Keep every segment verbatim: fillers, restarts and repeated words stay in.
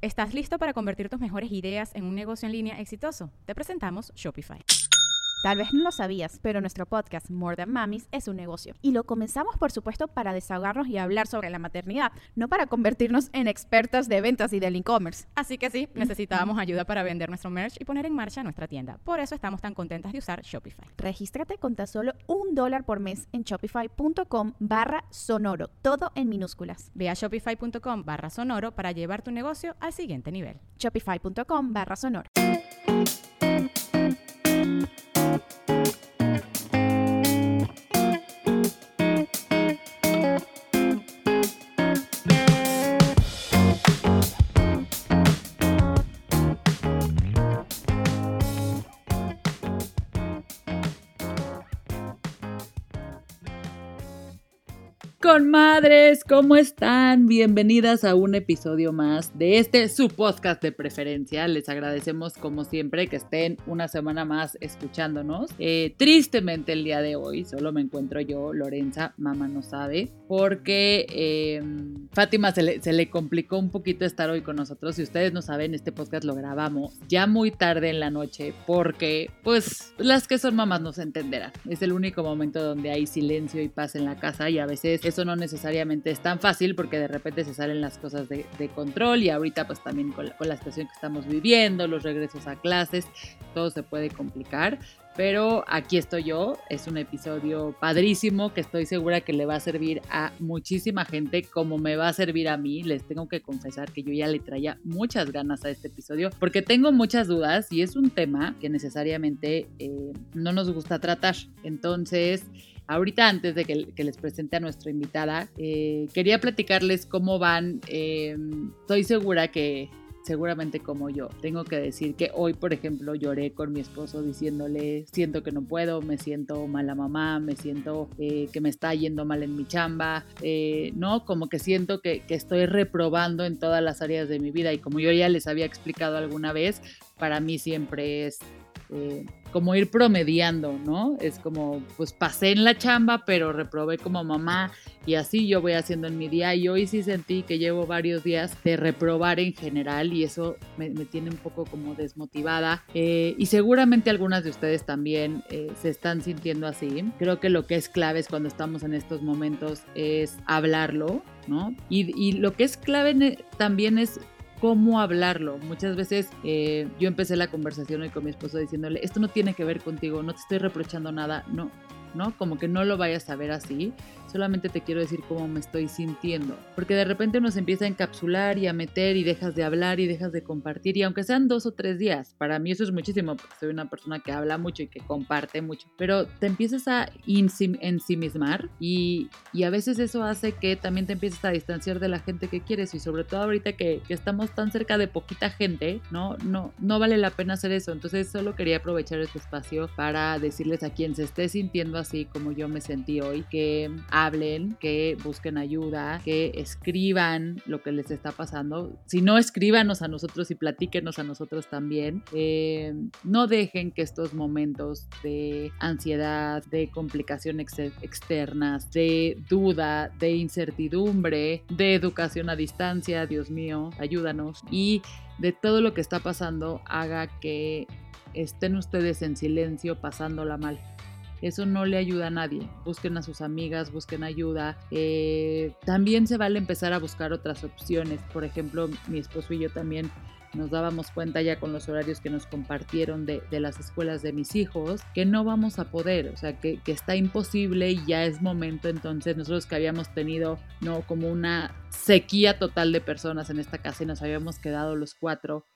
¿Estás listo para convertir tus mejores ideas en un negocio en línea exitoso? Te presentamos Shopify. Tal vez no lo sabías, pero nuestro podcast More Than Mamis es un negocio. Y lo comenzamos, por supuesto, para desahogarnos y hablar sobre la maternidad, no para convertirnos en expertas de ventas y del e-commerce. Así que sí, necesitábamos ayuda para vender nuestro merch y poner en marcha nuestra tienda. Por eso estamos tan contentas de usar Shopify. Regístrate con tan solo un dólar por mes en shopify.com barra sonoro, todo en minúsculas. Ve a shopify.com barra sonoro para llevar tu negocio al siguiente nivel. Shopify.com barra sonoro. Comadres, ¿cómo están? Bienvenidas a un episodio más de este, su podcast de preferencia. Les agradecemos como siempre que estén una semana más escuchándonos. Eh, tristemente el día de hoy solo me encuentro yo, Lorenza, mamá no sabe, porque eh, Fátima se le, se le complicó un poquito estar hoy con nosotros. Si ustedes no saben, este podcast lo grabamos ya muy tarde en la noche porque, pues, las que son mamás no se entenderán. Es el único momento donde hay silencio y paz en la casa y a veces eso no necesariamente es tan fácil porque de repente se salen las cosas de, de control y ahorita pues también con la, con la situación que estamos viviendo, los regresos a clases, todo se puede complicar. Pero aquí estoy yo, es un episodio padrísimo que estoy segura que le va a servir a muchísima gente como me va a servir a mí. Les tengo que confesar que yo ya le traía muchas ganas a este episodio porque tengo muchas dudas y es un tema que necesariamente eh, no nos gusta tratar. Entonces, ahorita antes de que, que les presente a nuestra invitada, eh, quería platicarles cómo van. Eh, estoy segura que... seguramente como yo, tengo que decir que hoy, por ejemplo, lloré con mi esposo diciéndole, siento que no puedo, me siento mala mamá, me siento eh, que me está yendo mal en mi chamba, eh, ¿no? Como que siento que, que estoy reprobando en todas las áreas de mi vida y como yo ya les había explicado alguna vez, para mí siempre es eh, como ir promediando, ¿no? Es como, pues pasé en la chamba, pero reprobé como mamá y así yo voy haciendo en mi día y hoy sí sentí que llevo varios días de reprobar en general y eso me, me tiene un poco como desmotivada eh, y seguramente algunas de ustedes también eh, se están sintiendo así. Creo que lo que es clave es cuando estamos en estos momentos es hablarlo, ¿no? Y, y lo que es clave también es cómo hablarlo. Muchas veces eh, yo empecé la conversación hoy con mi esposo diciéndole, esto no tiene que ver contigo, no te estoy reprochando nada, no, ¿no? Como que no lo vayas a ver así, solamente te quiero decir cómo me estoy sintiendo, porque de repente uno se empieza a encapsular y a meter y dejas de hablar y dejas de compartir y aunque sean dos o tres días, para mí eso es muchísimo porque soy una persona que habla mucho y que comparte mucho, pero te empiezas a ensimismar y, y a veces eso hace que también te empieces a distanciar de la gente que quieres y sobre todo ahorita que, que estamos tan cerca de poquita gente, ¿no? No, no vale la pena hacer eso, entonces solo quería aprovechar este espacio para decirles a quien se esté sintiendo así como yo me sentí hoy, que hablen, que busquen ayuda, que escriban lo que les está pasando. Si no, escríbanos a nosotros y platíquenos a nosotros también. Eh, no dejen que estos momentos de ansiedad, de complicaciones ex- externas, de duda, de incertidumbre, de educación a distancia, Dios mío, ayúdanos, y de todo lo que está pasando haga que estén ustedes en silencio pasándola mal. Eso no le ayuda a nadie. Busquen a sus amigas, busquen ayuda. Eh, también se vale empezar a buscar otras opciones. Por ejemplo, mi esposo y yo también nos dábamos cuenta ya con los horarios que nos compartieron de, de las escuelas de mis hijos, que no vamos a poder, o sea, que, que está imposible y ya es momento. Entonces nosotros que habíamos tenido, no, como una sequía total de personas en esta casa y nos habíamos quedado los cuatro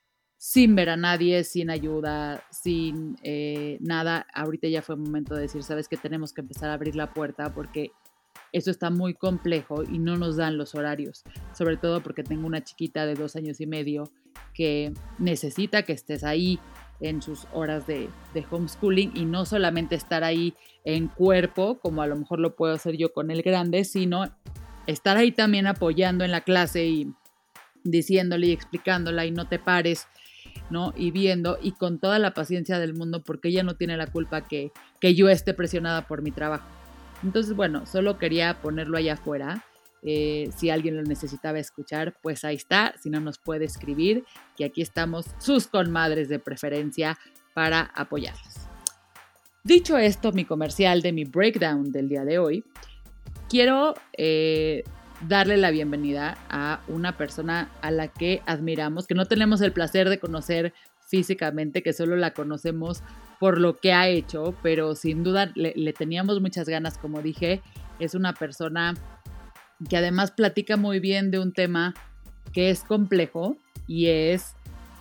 sin ver a nadie, sin ayuda, sin eh, nada, ahorita ya fue momento de decir, sabes que tenemos que empezar a abrir la puerta porque eso está muy complejo y no nos dan los horarios, sobre todo porque tengo una chiquita de dos años y medio que necesita que estés ahí en sus horas de, de homeschooling y no solamente estar ahí en cuerpo, como a lo mejor lo puedo hacer yo con el grande, sino estar ahí también apoyando en la clase y diciéndole y explicándola y no te pares, ¿no? Y viendo y con toda la paciencia del mundo porque ella no tiene la culpa que, que yo esté presionada por mi trabajo. Entonces, bueno, solo quería ponerlo allá afuera Eh, si alguien lo necesitaba escuchar, pues ahí está. Si no, nos puede escribir, que aquí estamos sus conmadres de preferencia para apoyarlas. Dicho esto, mi comercial de mi breakdown del día de hoy, quiero eh, darle la bienvenida a una persona a la que admiramos, que no tenemos el placer de conocer físicamente, que solo la conocemos por lo que ha hecho, pero sin duda le, le teníamos muchas ganas, como dije. Es una persona que además platica muy bien de un tema que es complejo y es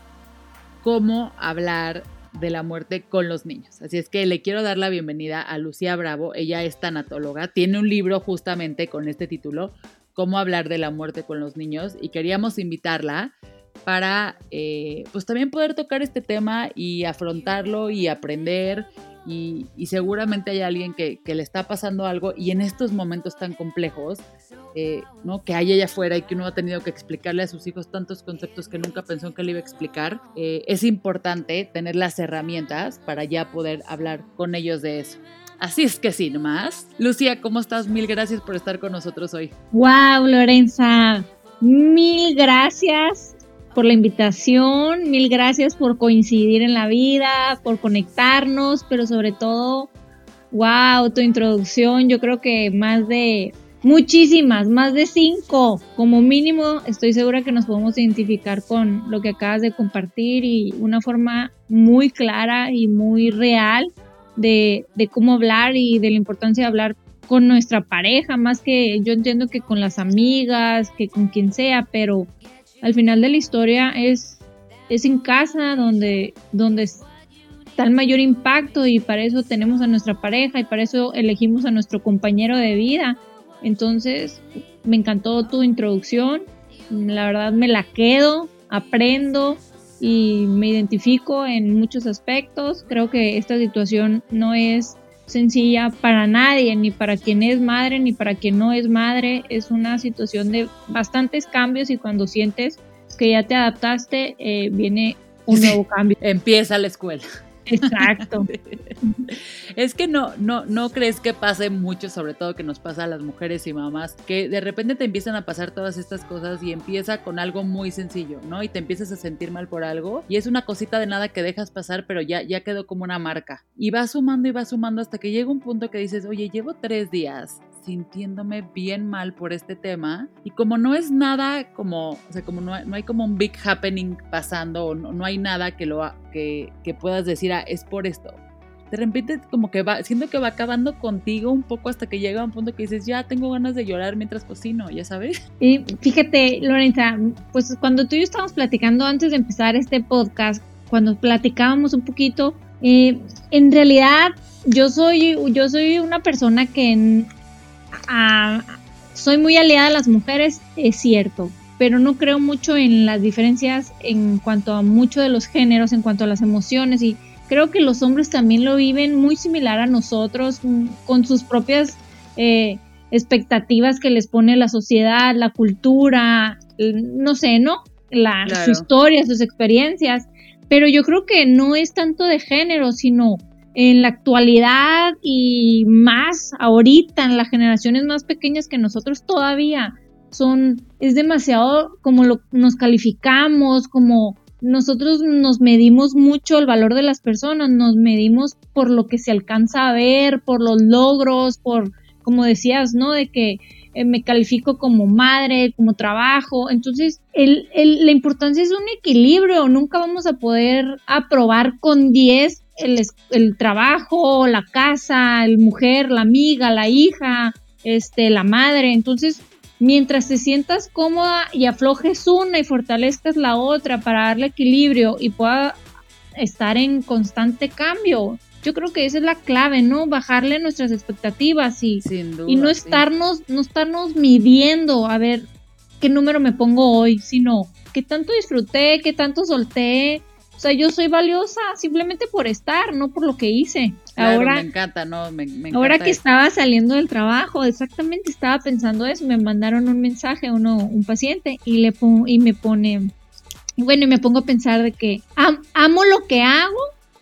cómo hablar de la muerte con los niños. Así es que le quiero dar la bienvenida a Lucía Bravo. Ella es tanatóloga, tiene un libro justamente con este título, Cómo hablar de la muerte con los niños, y queríamos invitarla para eh, pues también poder tocar este tema y afrontarlo y aprender. Y, y seguramente hay alguien que, que le está pasando algo y en estos momentos tan complejos, eh, ¿no? que hay allá afuera y que uno ha tenido que explicarle a sus hijos tantos conceptos que nunca pensó que le iba a explicar, eh, es importante tener las herramientas para ya poder hablar con ellos de eso. Así es que sin más, Lucía, ¿cómo estás? Mil gracias por estar con nosotros hoy. ¡Wow, Lorenza! Mil gracias por la invitación, mil gracias por coincidir en la vida, por conectarnos, pero sobre todo, wow, tu introducción, yo creo que más de, muchísimas, más de cinco, como mínimo, estoy segura que nos podemos identificar con lo que acabas de compartir y una forma muy clara y muy real de, de cómo hablar y de la importancia de hablar con nuestra pareja, más que yo entiendo que con las amigas, que con quien sea, pero al final de la historia es, es en casa donde, donde está el mayor impacto y para eso tenemos a nuestra pareja y para eso elegimos a nuestro compañero de vida. Entonces, me encantó tu introducción, la verdad me la quedo, aprendo y me identifico en muchos aspectos. Creo que esta situación no es sencilla para nadie, ni para quien es madre, ni para quien no es madre. Es una situación de bastantes cambios y cuando sientes que ya te adaptaste, eh, viene un nuevo cambio. Empieza la escuela. Exacto. Es que no, no, no crees que pase mucho, sobre todo que nos pasa a las mujeres y mamás, que de repente te empiezan a pasar todas estas cosas y empieza con algo muy sencillo, ¿no? Y te empiezas a sentir mal por algo y es una cosita de nada que dejas pasar, pero ya, ya quedó como una marca. Y vas sumando y vas sumando hasta que llega un punto que dices, oye, llevo tres días sintiéndome bien mal por este tema y como no es nada como, o sea, como no hay, no hay como un big happening pasando o no, no hay nada que lo que, que puedas decir, ah, es por esto. De repente como que va, siento que va acabando contigo un poco hasta que llega un punto que dices, ya tengo ganas de llorar mientras cocino, ya sabes. Y fíjate, Lorenza, pues cuando tú y yo estábamos platicando antes de empezar este podcast, cuando platicábamos un poquito, eh, en realidad yo soy, yo soy una persona que en, a, soy muy aliada a las mujeres, es cierto, pero no creo mucho en las diferencias en cuanto a mucho de los géneros, en cuanto a las emociones, y creo que los hombres también lo viven muy similar a nosotros, con sus propias eh, expectativas que les pone la sociedad, la cultura, no sé, ¿no? La, claro. Su historia, sus experiencias, pero yo creo que no es tanto de género, sino en la actualidad y más ahorita, en las generaciones más pequeñas que nosotros todavía, son, es demasiado como lo, nos calificamos, como nosotros nos medimos mucho el valor de las personas, nos medimos por lo que se alcanza a ver, por los logros, por, como decías, ¿no? De que eh, me califico como madre, como trabajo. Entonces, el, el, la importancia es un equilibrio. Nunca vamos a poder aprobar con diez el, el trabajo, la casa, el mujer, la amiga, la hija, este, la madre. Entonces, mientras te sientas cómoda y aflojes una y fortalezcas la otra para darle equilibrio y pueda estar en constante cambio, yo creo que esa es la clave, ¿no? Bajarle nuestras expectativas y, Sin duda, y no estarnos, sí. no estarnos midiendo a ver qué número me pongo hoy, sino qué tanto disfruté, qué tanto solté. O sea, yo soy valiosa simplemente por estar, no por lo que hice. Claro, ahora, me encanta, ¿no? Me, me encanta ahora que eso. estaba saliendo del trabajo, exactamente estaba pensando eso, me mandaron un mensaje, uno, un paciente, y le pon, y me pone, bueno, y me pongo a pensar de que am, amo lo que hago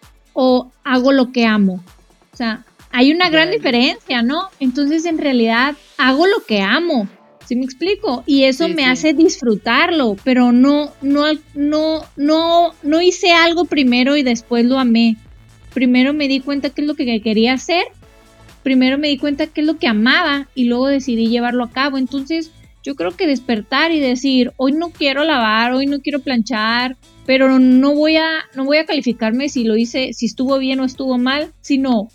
o hago lo que amo. O sea, hay una gran Bueno. diferencia, ¿no? Entonces, en realidad, hago lo que amo. ¿Sí me explico? Y eso Sí, me sí. hace disfrutarlo, pero no, no, no, no, no hice algo primero y después lo amé. Primero me di cuenta qué es lo que quería hacer, primero me di cuenta qué es lo que amaba y luego decidí llevarlo a cabo. Entonces, yo creo que despertar y decir, hoy no quiero lavar, hoy no quiero planchar, pero no voy a, no voy a calificarme si lo hice, si estuvo bien o estuvo mal, sino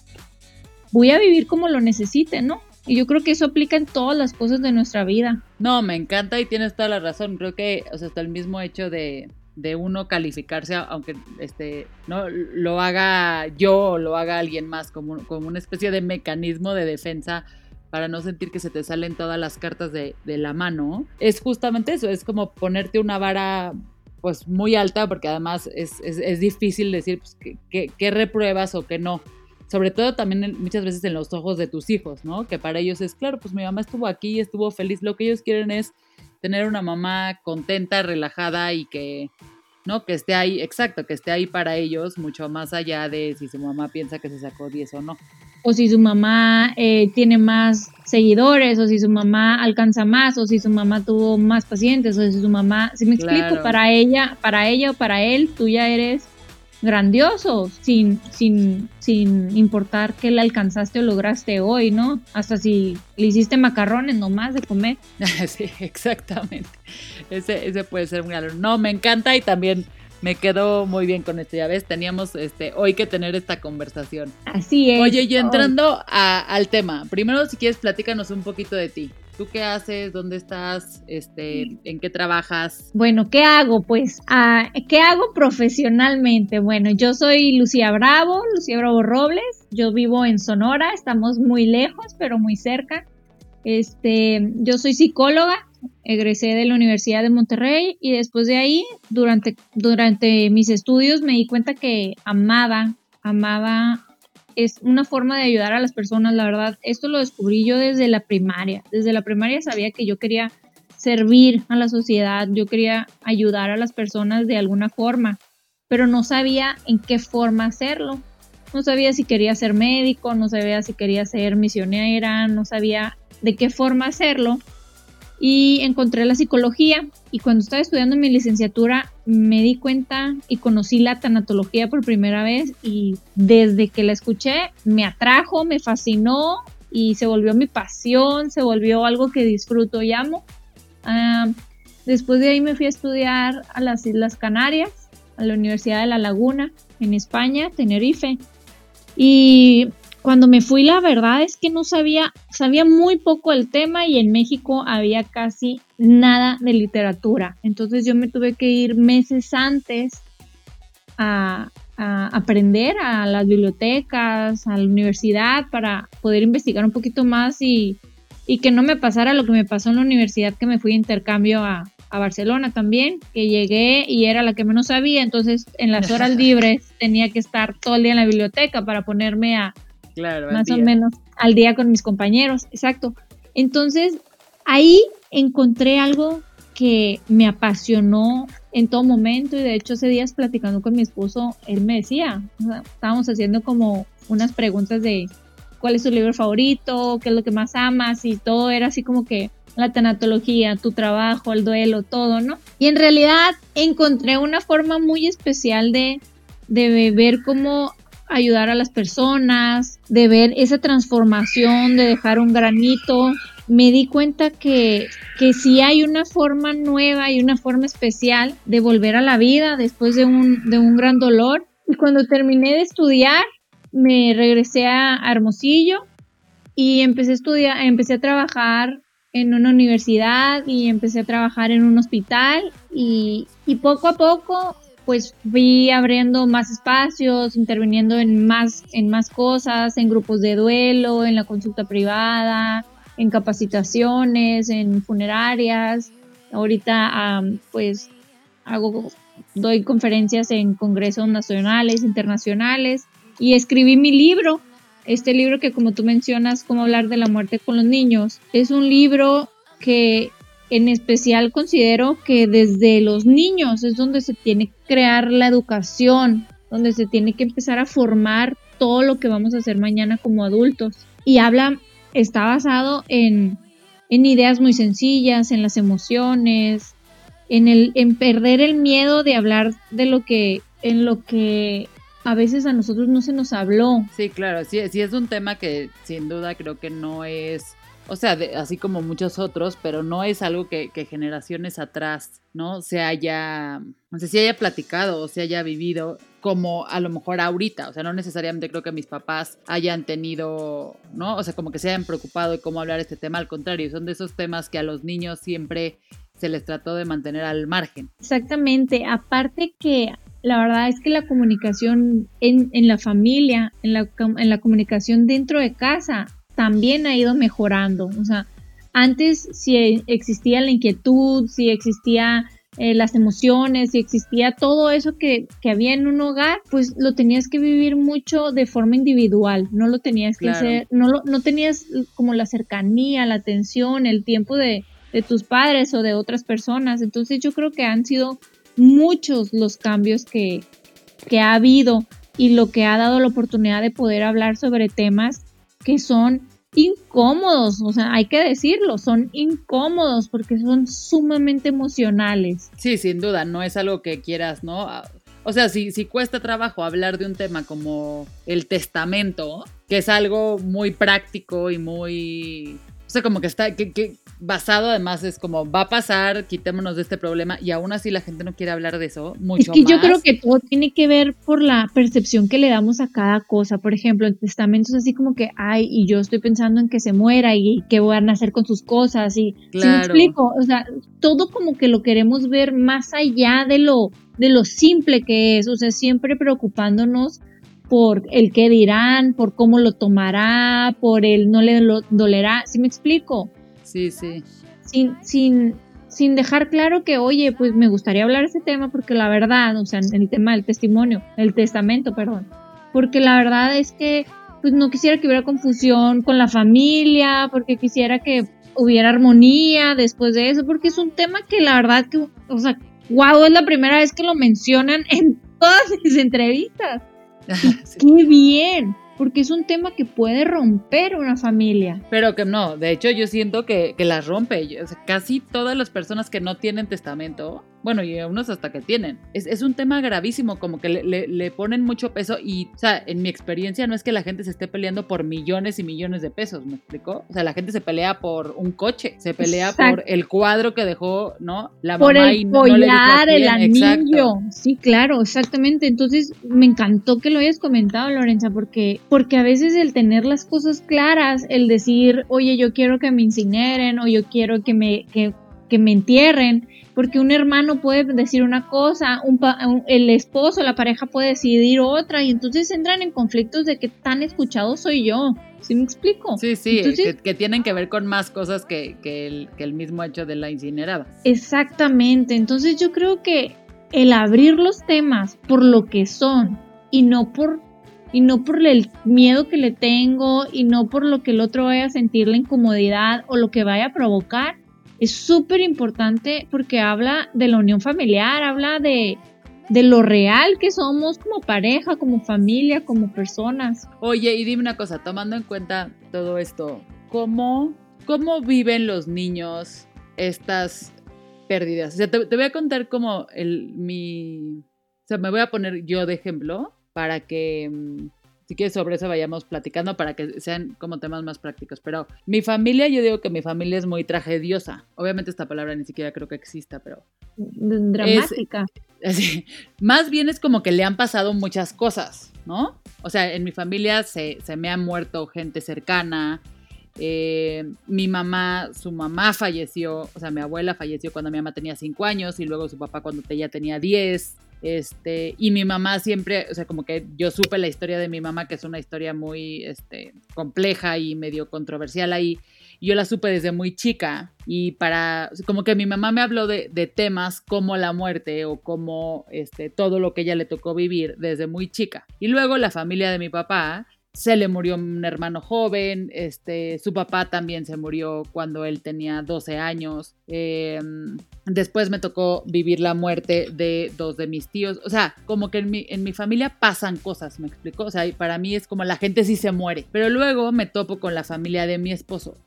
voy a vivir como lo necesite, ¿no? Y yo creo que eso aplica en todas las cosas de nuestra vida. No, me encanta y tienes toda la razón. Creo que, o sea, hasta el mismo hecho de, de uno calificarse, aunque este no lo haga yo o lo haga alguien más, como, como una especie de mecanismo de defensa para no sentir que se te salen todas las cartas de, de la mano, es justamente eso, es como ponerte una vara pues muy alta, porque además es, es, es difícil decir pues, qué, qué, qué repruebas o qué no. Sobre todo también en, muchas veces en los ojos de tus hijos, ¿no? Que para ellos es, claro, pues mi mamá estuvo aquí, estuvo feliz. Lo que ellos quieren es tener una mamá contenta, relajada y que, ¿no? Que esté ahí, exacto, que esté ahí para ellos, mucho más allá de si su mamá piensa que se sacó diez o no. O si su mamá eh, tiene más seguidores, o si su mamá alcanza más, o si su mamá tuvo más pacientes, o si su mamá, si me explico, Claro. para ella, para ella o para él, tú ya eres grandioso, sin, sin, sin importar qué le alcanzaste o lograste hoy, ¿no? Hasta si le hiciste macarrones nomás de comer. Sí, exactamente. Ese, ese puede ser muy alto. No, me encanta y también me quedó muy bien con esto. Ya ves, teníamos este, hoy que tener esta conversación. Así es. Oye, y entrando a, al tema, primero si quieres platícanos un poquito de ti. ¿Tú qué haces? ¿Dónde estás? Este, ¿en qué trabajas? Bueno, ¿qué hago? Pues, ah, ¿qué hago profesionalmente? Bueno, yo soy Lucía Bravo, Lucía Bravo Robles. Yo vivo en Sonora, estamos muy lejos, pero muy cerca. Este, yo soy psicóloga, egresé de la Universidad de Monterrey y después de ahí, durante, durante mis estudios, me di cuenta que amaba, amaba, es una forma de ayudar a las personas, la verdad. Esto lo descubrí yo desde la primaria. Desde la primaria sabía que yo quería servir a la sociedad, yo quería ayudar a las personas de alguna forma, pero no sabía en qué forma hacerlo. No sabía si quería ser médico, no sabía si quería ser misionera, no sabía de qué forma hacerlo. Y encontré la psicología y cuando estaba estudiando mi licenciatura me di cuenta y conocí la tanatología por primera vez y desde que la escuché me atrajo, me fascinó y se volvió mi pasión, se volvió algo que disfruto y amo. Uh, después de ahí me fui a estudiar a las Islas Canarias, a la Universidad de La Laguna, en España, Tenerife. Y cuando me fui, la verdad es que no sabía, sabía muy poco del tema y en México había casi nada de literatura. Entonces yo me tuve que ir meses antes a, a aprender a las bibliotecas, a la universidad para poder investigar un poquito más y, y que no me pasara lo que me pasó en la universidad, que me fui de intercambio a, a Barcelona también, que llegué y era la que menos sabía. Entonces en las horas libres tenía que estar todo el día en la biblioteca para ponerme a Claro, más o menos al día con mis compañeros, exacto. Entonces, ahí encontré algo que me apasionó en todo momento y de hecho hace días platicando con mi esposo, él me decía, o sea, estábamos haciendo como unas preguntas de cuál es tu libro favorito, qué es lo que más amas y todo era así como que la tanatología, tu trabajo, el duelo, todo, ¿no? Y en realidad encontré una forma muy especial de, de ver cómo ayudar a las personas, de ver esa transformación, de dejar un granito. Me di cuenta que, que sí hay una forma nueva y una forma especial de volver a la vida después de un, de un gran dolor. Y cuando terminé de estudiar, me regresé a Hermosillo y empecé a estudiar, empecé a trabajar en una universidad y empecé a trabajar en un hospital y, y poco a poco pues fui abriendo más espacios, interviniendo en más, en más cosas, en grupos de duelo, en la consulta privada, en capacitaciones, en funerarias. Ahorita um, pues hago, doy conferencias en congresos nacionales, internacionales y escribí mi libro. Este libro que, como tú mencionas, Cómo hablar de la muerte con los niños, es un libro que en especial considero que desde los niños es donde se tiene que crear la educación, donde se tiene que empezar a formar todo lo que vamos a hacer mañana como adultos. Y habla, está basado en, en ideas muy sencillas, en las emociones, en el, en perder el miedo de hablar de lo que, en lo que a veces a nosotros no se nos habló. Sí, claro, sí, sí es un tema que sin duda creo que no es, o sea, de, así como muchos otros, pero no es algo que, que generaciones atrás, ¿no? Se haya, no sé, si haya platicado o se haya vivido como a lo mejor ahorita, o sea, no necesariamente creo que mis papás hayan tenido, ¿no? O sea, como que se hayan preocupado de cómo hablar este tema, al contrario, son de esos temas que a los niños siempre se les trató de mantener al margen. Exactamente, aparte que la verdad es que la comunicación en, en la familia, en la, en la comunicación dentro de casa, también ha ido mejorando. O sea, antes si existía la inquietud, si existía eh, las emociones, si existía todo eso que, que había en un hogar, pues lo tenías que vivir mucho de forma individual, no lo tenías que Claro. hacer, no, lo, no tenías como la cercanía, la atención, el tiempo de, de tus padres o de otras personas. Entonces yo creo que han sido muchos los cambios que, que ha habido y lo que ha dado la oportunidad de poder hablar sobre temas que son incómodos, o sea, hay que decirlo, son incómodos porque son sumamente emocionales. Sí, sin duda, no es algo que quieras, ¿no? O sea, si, si cuesta trabajo hablar de un tema como el testamento, que es algo muy práctico y muy... O sea, como que está que, que basado, además es como va a pasar, quitémonos de este problema, y aún así la gente no quiere hablar de eso mucho Es que más. yo creo que todo tiene que ver por la percepción que le damos a cada cosa. Por ejemplo, el testamento es así como que, ay, y yo estoy pensando en que se muera y qué van a hacer con sus cosas, y Claro. ¿sí me explico? O sea, todo como que lo queremos ver más allá de lo, de lo simple que es, o sea, siempre preocupándonos por el qué dirán, por cómo lo tomará, por el no le lo dolerá, ¿sí me explico? Sí, sí. Sin, sin, sin dejar claro que, oye, pues me gustaría hablar de ese tema porque la verdad, o sea, el tema del testimonio, el testamento, perdón, porque la verdad es que pues no quisiera que hubiera confusión con la familia, porque quisiera que hubiera armonía después de eso, porque es un tema que la verdad que, o sea, wow, es la primera vez que lo mencionan en todas mis entrevistas. Sí. ¡Qué bien! Porque es un tema que puede romper una familia. Pero que no, de hecho yo siento que, que las rompe. Yo, o sea, casi todas las personas que no tienen testamento, bueno, y unos hasta que tienen, es, es un tema gravísimo, como que le, le, le ponen mucho peso y, o sea, en mi experiencia no es que la gente se esté peleando por millones y millones de pesos, ¿me explicó? O sea, la gente se pelea por un coche, se pelea Exacto. por el cuadro que dejó, ¿no? La Por mamá el y no, no le dijo a collar, el quién. anillo. Exacto. Sí, claro, exactamente. Entonces, me encantó que lo hayas comentado, Lorenza, porque, porque a veces el tener las cosas claras, el decir, oye, yo quiero que me incineren o yo quiero que me, que, que me entierren, porque un hermano puede decir una cosa, un, un, el esposo, la pareja puede decidir otra, y entonces entran en conflictos de qué tan escuchado soy yo. ¿Sí me explico? Sí, sí, Entonces, que, que tienen que ver con más cosas que, que, el, que el mismo hecho de la incinerada. Exactamente. Entonces yo creo que el abrir los temas por lo que son y no por y no por el miedo que le tengo y no por lo que el otro vaya a sentir la incomodidad o lo que vaya a provocar, es súper importante porque habla de la unión familiar, habla de, de lo real que somos como pareja, como familia, como personas. Oye, y dime una cosa, tomando en cuenta todo esto, ¿cómo, cómo viven los niños estas pérdidas? O sea, te, te voy a contar como el, mi... O sea, me voy a poner yo de ejemplo para que, si quieres, sobre eso vayamos platicando para que sean como temas más prácticos. Pero mi familia, yo digo que mi familia es muy tragediosa. Obviamente esta palabra ni siquiera creo que exista, pero... Dramática. Es, así, más bien es como que le han pasado muchas cosas, ¿no? O sea, en mi familia se, se me ha muerto gente cercana. Eh, mi mamá, su mamá falleció, o sea, mi abuela falleció cuando mi mamá tenía cinco años y luego su papá cuando ella tenía diez. Este, y mi mamá siempre, o sea, como que yo supe la historia de mi mamá, que es una historia muy este, compleja y medio controversial ahí. Yo la supe desde muy chica y para, como que mi mamá me habló de, de temas como la muerte o como este, todo lo que ella le tocó vivir desde muy chica. Y luego la familia de mi papá, se le murió un hermano joven, este, su papá también se murió cuando él tenía doce años, eh, después me tocó vivir la muerte de dos de mis tíos, o sea, como que en mi, en mi familia pasan cosas, ¿me explico? O sea, para mí es como la gente sí se muere, pero luego me topo con la familia de mi esposo,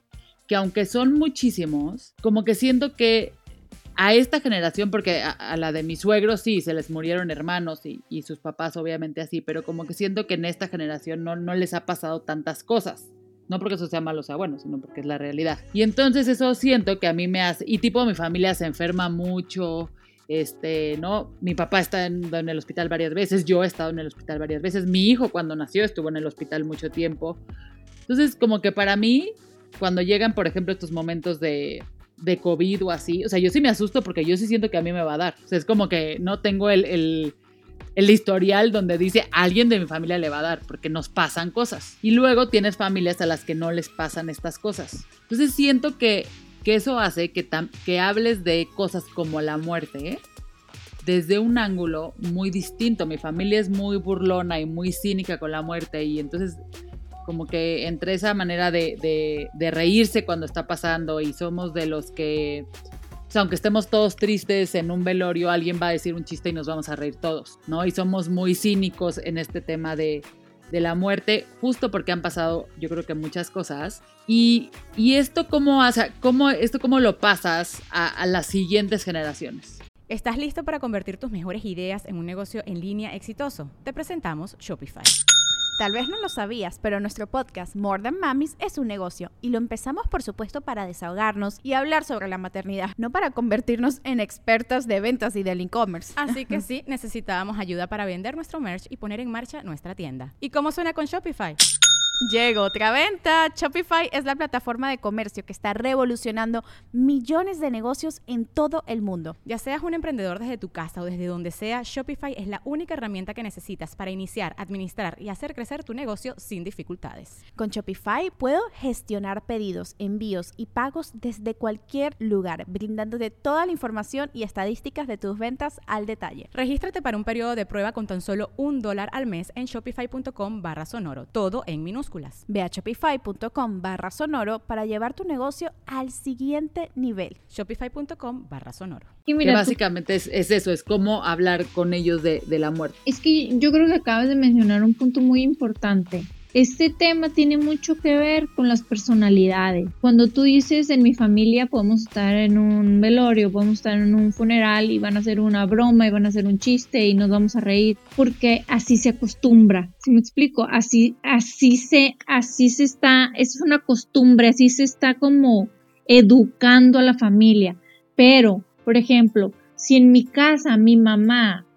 que aunque son muchísimos, como que siento que a esta generación, porque a, a la de mis suegros sí, se les murieron hermanos y, y sus papás obviamente así, pero como que siento que en esta generación no, no les ha pasado tantas cosas. No porque eso sea malo o sea bueno, sino porque es la realidad. Y entonces eso siento que a mí me hace... Y tipo mi familia se enferma mucho, este, ¿no? Mi papá está en, en el hospital varias veces, yo he estado en el hospital varias veces, mi hijo cuando nació estuvo en el hospital mucho tiempo. Entonces como que para mí, cuando llegan por ejemplo estos momentos de... de COVID o así, o sea, yo sí me asusto porque yo sí siento que a mí me va a dar. O sea, es como que no tengo el, el, el historial donde dice a alguien de mi familia le va a dar, porque nos pasan cosas. Y luego tienes familias a las que no les pasan estas cosas. Entonces siento que, que eso hace que, tam, que hables de cosas como la muerte, ¿eh? Desde un ángulo muy distinto. Mi familia es muy burlona y muy cínica con la muerte y entonces... como que entre esa manera de, de, de reírse cuando está pasando y somos de los que, o sea, aunque estemos todos tristes en un velorio, alguien va a decir un chiste y nos vamos a reír todos, ¿no? Y somos muy cínicos en este tema de, de la muerte, justo porque han pasado, yo creo que muchas cosas. Y, y esto, ¿cómo, hace, cómo, esto cómo lo pasas a, a las siguientes generaciones? ¿Estás listo para convertir tus mejores ideas en un negocio en línea exitoso? Te presentamos Shopify. Tal vez no lo sabías, pero nuestro podcast More Than Mamis es un negocio y lo empezamos por supuesto para desahogarnos y hablar sobre la maternidad, no para convertirnos en expertas de ventas y del e-commerce. Así que sí, necesitábamos ayuda para vender nuestro merch y poner en marcha nuestra tienda. ¿Y cómo suena con Shopify? Llegó otra venta. Shopify es la plataforma de comercio que está revolucionando millones de negocios en todo el mundo. Ya seas un emprendedor desde tu casa o desde donde sea, Shopify es la única herramienta que necesitas para iniciar, administrar y hacer crecer tu negocio sin dificultades. Con Shopify puedo gestionar pedidos, envíos y pagos desde cualquier lugar, brindándote toda la información y estadísticas de tus ventas al detalle. Regístrate para un periodo de prueba con tan solo un dólar al mes en shopify.com barra sonoro, todo en minúsculas. Ve a shopify.com barra sonoro para llevar tu negocio al siguiente nivel. Shopify.com barra sonoro. Y mira, que básicamente tú, es, es eso, es cómo hablar con ellos de, de la muerte. Es que yo creo que acabas de mencionar un punto muy importante. Este tema tiene mucho que ver con las personalidades. Cuando tú dices, en mi familia podemos estar en un velorio, podemos estar en un funeral y van a hacer una broma y van a hacer un chiste y nos vamos a reír, porque así se acostumbra. ¿Sí me explico? Así, así se, así se está, es una costumbre, así se está como educando a la familia. Pero, por ejemplo, si en mi casa mi mamá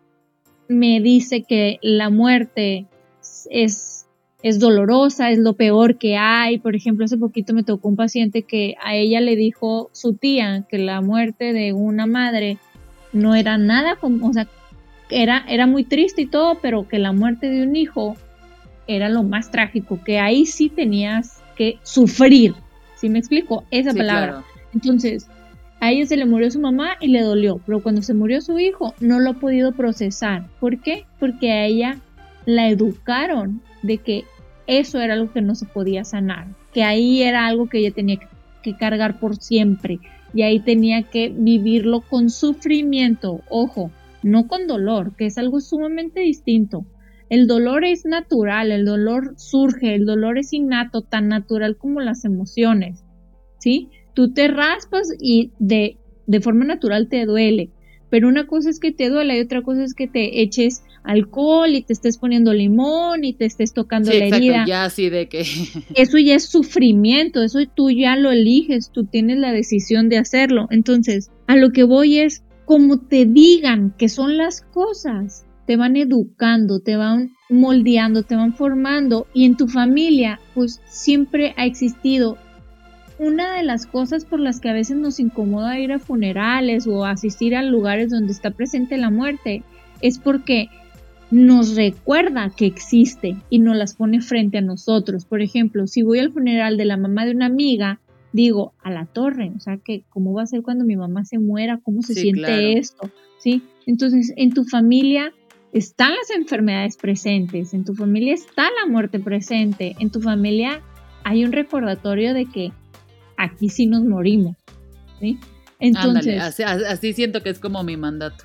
me dice que la muerte es es dolorosa, es lo peor que hay. Por ejemplo, hace poquito me tocó un paciente que a ella le dijo su tía que la muerte de una madre no era nada como, o sea, era, era muy triste y todo, pero que la muerte de un hijo era lo más trágico, que ahí sí tenías que sufrir. ¿Sí me explico? Esa sí, palabra. Claro. Entonces, a ella se le murió su mamá y le dolió, pero cuando se murió su hijo no lo ha podido procesar. ¿Por qué? Porque a ella la educaron de que eso era algo que no se podía sanar, que ahí era algo que ella tenía que cargar por siempre y ahí tenía que vivirlo con sufrimiento, ojo, no con dolor, que es algo sumamente distinto. El dolor es natural, el dolor surge, el dolor es innato, tan natural como las emociones, ¿sí? Tú te raspas y de, de forma natural te duele, pero una cosa es que te duele y otra cosa es que te eches alcohol y te estés poniendo limón y te estés tocando sí, la exacto, herida. Ya así de que... Eso ya es sufrimiento, eso tú ya lo eliges, tú tienes la decisión de hacerlo. Entonces, a lo que voy es, como te digan que son las cosas, te van educando, te van moldeando, te van formando y en tu familia, pues siempre ha existido. Una de las cosas por las que a veces nos incomoda ir a funerales o asistir a lugares donde está presente la muerte es porque nos recuerda que existe y nos las pone frente a nosotros. Por ejemplo, si voy al funeral de la mamá de una amiga, digo, a la torre, o sea, que ¿cómo va a ser cuando mi mamá se muera? ¿Cómo se sí, siente claro. esto? ¿Sí? Entonces, en tu familia están las enfermedades presentes, en tu familia está la muerte presente, en tu familia hay un recordatorio de que aquí sí nos morimos, ¿sí? Entonces, Ándale, así, así siento que es como mi mandato.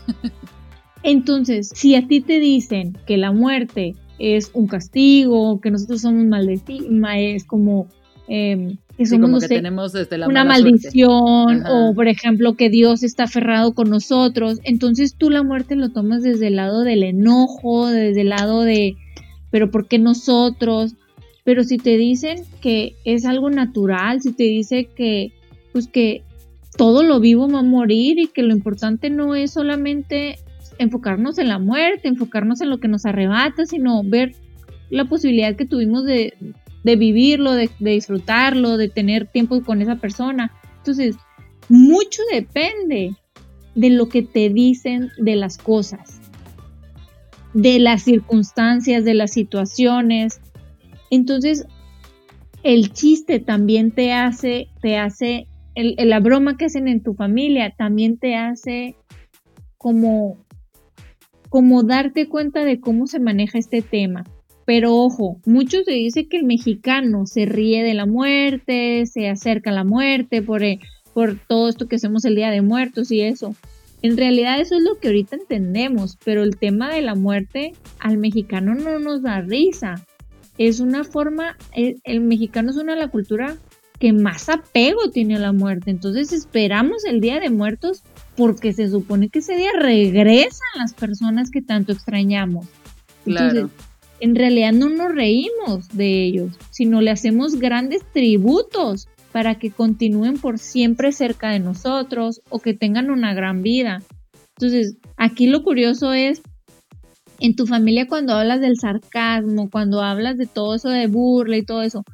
Entonces, si a ti te dicen que la muerte es un castigo, que nosotros somos maldecidos, es como, eh, que Sí, somos, como no que sé, tenemos este, la una mala maldición, Ajá. o por ejemplo que Dios está aferrado con nosotros. Entonces tú la muerte lo tomas desde el lado del enojo, desde el lado de, pero ¿por qué nosotros? Pero si te dicen que es algo natural, si te dice que, pues que todo lo vivo va a morir y que lo importante no es solamente enfocarnos en la muerte, enfocarnos en lo que nos arrebata, sino ver la posibilidad que tuvimos de, de vivirlo, de, de disfrutarlo, de tener tiempo con esa persona. Entonces, mucho depende de lo que te dicen de las cosas, de las circunstancias, de las situaciones. Entonces, el chiste también te hace, te hace, el, el, la broma que hacen en tu familia también te hace como, como darte cuenta de cómo se maneja este tema. Pero ojo, mucho se dice que el mexicano se ríe de la muerte, se acerca a la muerte por, por todo esto que hacemos el Día de Muertos y eso. En realidad eso es lo que ahorita entendemos, pero el tema de la muerte al mexicano no nos da risa. Es una forma, el, el mexicano es una de la cultura que más apego tiene a la muerte. Entonces esperamos el Día de Muertos porque se supone que ese día regresan las personas que tanto extrañamos. Entonces, Claro. En realidad no nos reímos de ellos, sino le hacemos grandes tributos para que continúen por siempre cerca de nosotros o que tengan una gran vida. Entonces, aquí lo curioso es, en tu familia cuando hablas del sarcasmo, cuando hablas de todo eso de burla y todo eso,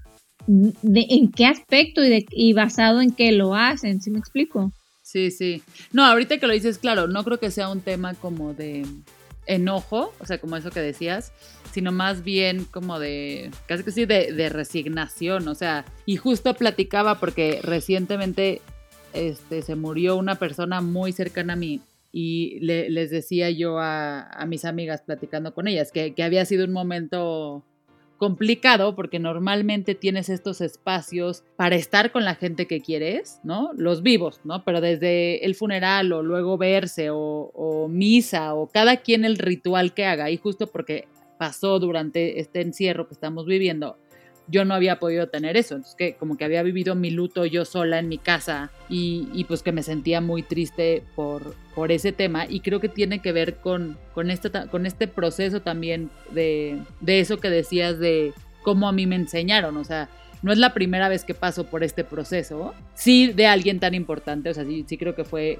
de, ¿en qué aspecto y, de, y basado en qué lo hacen? ¿Sí me explico? Sí, sí. No, ahorita que lo dices, claro, no creo que sea un tema como de enojo, o sea, como eso que decías, sino más bien como de, casi que sí, de, de resignación, o sea, y justo platicaba porque recientemente este, se murió una persona muy cercana a mí y le, les decía yo a, a mis amigas platicando con ellas que, que había sido un momento complicado porque normalmente tienes estos espacios para estar con la gente que quieres, ¿no? Los vivos, ¿no? Pero desde el funeral o luego verse o, o misa o cada quien el ritual que haga y justo porque pasó durante este encierro que estamos viviendo, yo no había podido tener eso, entonces que como que había vivido mi luto yo sola en mi casa y, y pues que me sentía muy triste por, por ese tema y creo que tiene que ver con, con, este, con este proceso también de, de eso que decías de cómo a mí me enseñaron, o sea, no es la primera vez que paso por este proceso, sí de alguien tan importante, o sea, sí, sí creo que fue,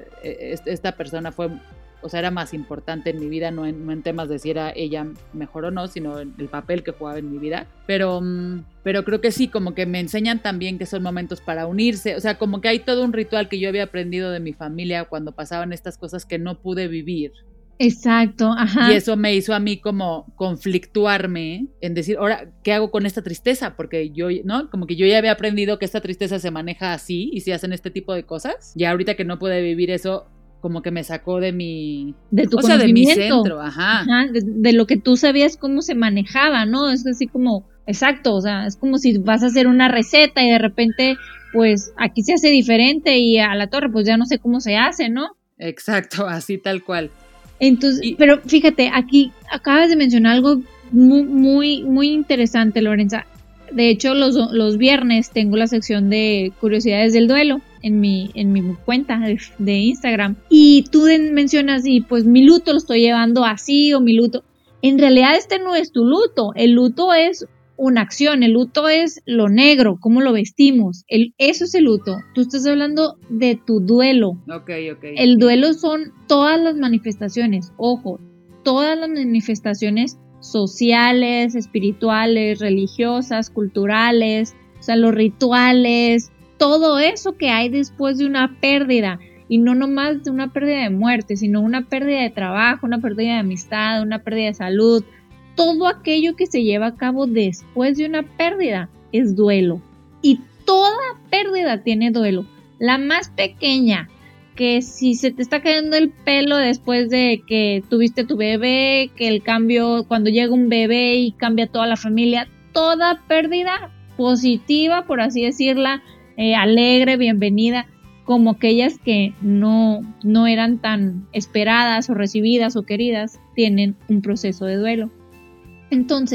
esta persona fue, o sea, era más importante en mi vida, no en, no en temas de si era ella mejor o no, sino en el papel que jugaba en mi vida. Pero, pero creo que sí, como que me enseñan también que son momentos para unirse. O sea, como que hay todo un ritual que yo había aprendido de mi familia cuando pasaban estas cosas que no pude vivir. Exacto, ajá. Y eso me hizo a mí como conflictuarme en decir, ahora, ¿qué hago con esta tristeza? Porque yo, ¿no? Como que yo ya había aprendido que esta tristeza se maneja así y se hacen este tipo de cosas. Y ahorita que no pude vivir eso, como que me sacó de mi... De tu o sea, conocimiento. de mi centro, ajá. Ajá de, de lo que tú sabías cómo se manejaba, ¿no? Es así como, exacto, o sea, es como si vas a hacer una receta y de repente, pues, aquí se hace diferente y a la torre, pues ya no sé cómo se hace, ¿no? Exacto, así tal cual. Entonces, y, pero fíjate, aquí acabas de mencionar algo muy, muy, muy interesante, Lorenza. De hecho, los, los viernes tengo la sección de curiosidades del duelo en mi, en mi cuenta de, de Instagram. Y tú mencionas, y pues mi luto lo estoy llevando así o mi luto. En realidad este no es tu luto. El luto es una acción. El luto es lo negro, cómo lo vestimos. El, eso es el luto. Tú estás hablando de tu duelo. Ok, ok. El duelo son todas las manifestaciones. Ojo, todas las manifestaciones sociales, espirituales, religiosas, culturales, o sea, los rituales, todo eso que hay después de una pérdida, y no nomás de una pérdida de muerte, sino una pérdida de trabajo, una pérdida de amistad, una pérdida de salud, todo aquello que se lleva a cabo después de una pérdida es duelo, y toda pérdida tiene duelo, la más pequeña, que si se te está cayendo el pelo después de que tuviste tu bebé, que el cambio, cuando llega un bebé y cambia toda la familia, toda pérdida positiva, por así decirla, eh, alegre, bienvenida, como aquellas que no, no eran tan esperadas o recibidas o queridas, tienen un proceso de duelo. Entonces,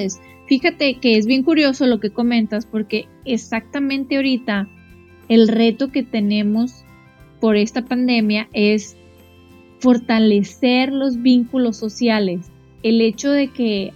fíjate que es bien curioso lo que comentas, porque exactamente ahorita el reto que tenemos por esta pandemia es fortalecer los vínculos sociales. El hecho de que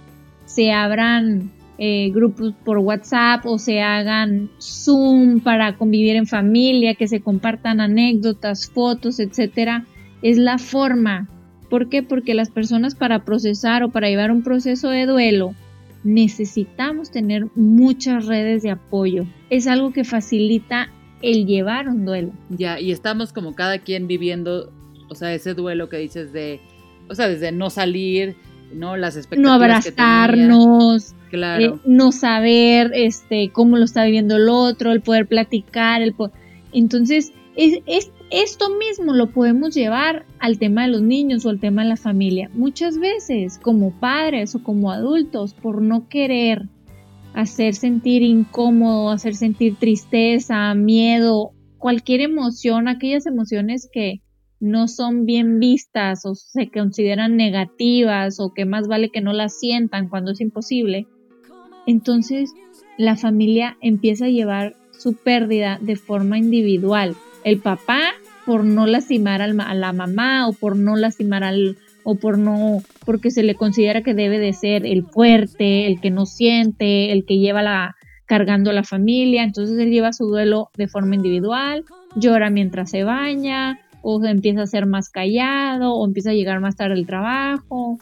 se abran eh, grupos por WhatsApp o se hagan Zoom para convivir en familia, que se compartan anécdotas, fotos, etcétera, es la forma. ¿Por qué? Porque las personas, para procesar o para llevar un proceso de duelo, necesitamos tener muchas redes de apoyo. Es algo que facilita el llevar un duelo. Ya, y estamos como cada quien viviendo, o sea, ese duelo que dices de, o sea, desde no salir, ¿no? Las expectativas, no abrazarnos, que tenía, claro. eh, no saber este cómo lo está viviendo el otro, el poder platicar, el po- entonces es, es esto mismo lo podemos llevar al tema de los niños o al tema de la familia. Muchas veces, como padres o como adultos, por no querer hacer sentir incómodo, hacer sentir tristeza, miedo, cualquier emoción, aquellas emociones que no son bien vistas o se consideran negativas o que más vale que no las sientan cuando es imposible, entonces la familia empieza a llevar su pérdida de forma individual. El papá por no lastimar al, a la mamá o por no lastimar al o por no, porque se le considera que debe de ser el fuerte, el que no siente, el que lleva la cargando a la familia, entonces él lleva su duelo de forma individual, llora mientras se baña, o empieza a ser más callado, o empieza a llegar más tarde al trabajo.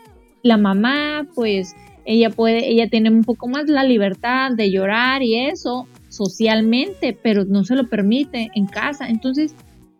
La mamá, pues, ella puede, ella tiene un poco más la libertad de llorar y eso, socialmente, pero no se lo permite en casa. Entonces,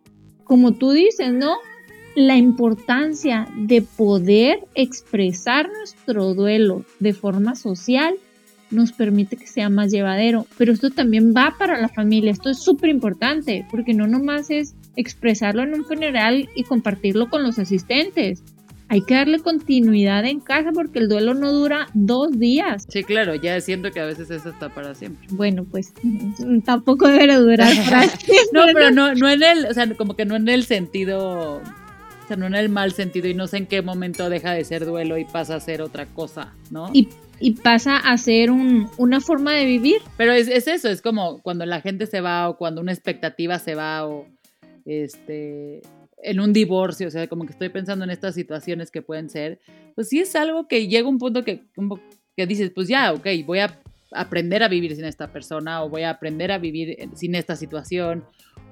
como tú dices, ¿no? La importancia de poder expresar nuestro duelo de forma social nos permite que sea más llevadero, pero esto también va para la familia, esto es súper importante, porque no nomás es expresarlo en un funeral y compartirlo con los asistentes, hay que darle continuidad en casa porque el duelo no dura dos días. Sí, claro, ya siento que a veces eso está para siempre. Bueno, pues tampoco debe durar para siempre. No, pero no, no en el, o sea, como que no en el sentido, o sea, no en el mal sentido, y no sé en qué momento deja de ser duelo y pasa a ser otra cosa, ¿no? Y, y pasa a ser un, una forma de vivir. Pero es, es eso, es como cuando la gente se va o cuando una expectativa se va o este... en un divorcio, o sea, como que estoy pensando en estas situaciones que pueden ser, pues sí es algo que llega un punto que, que dices, pues ya, ok, voy a aprender a vivir sin esta persona o voy a aprender a vivir sin esta situación,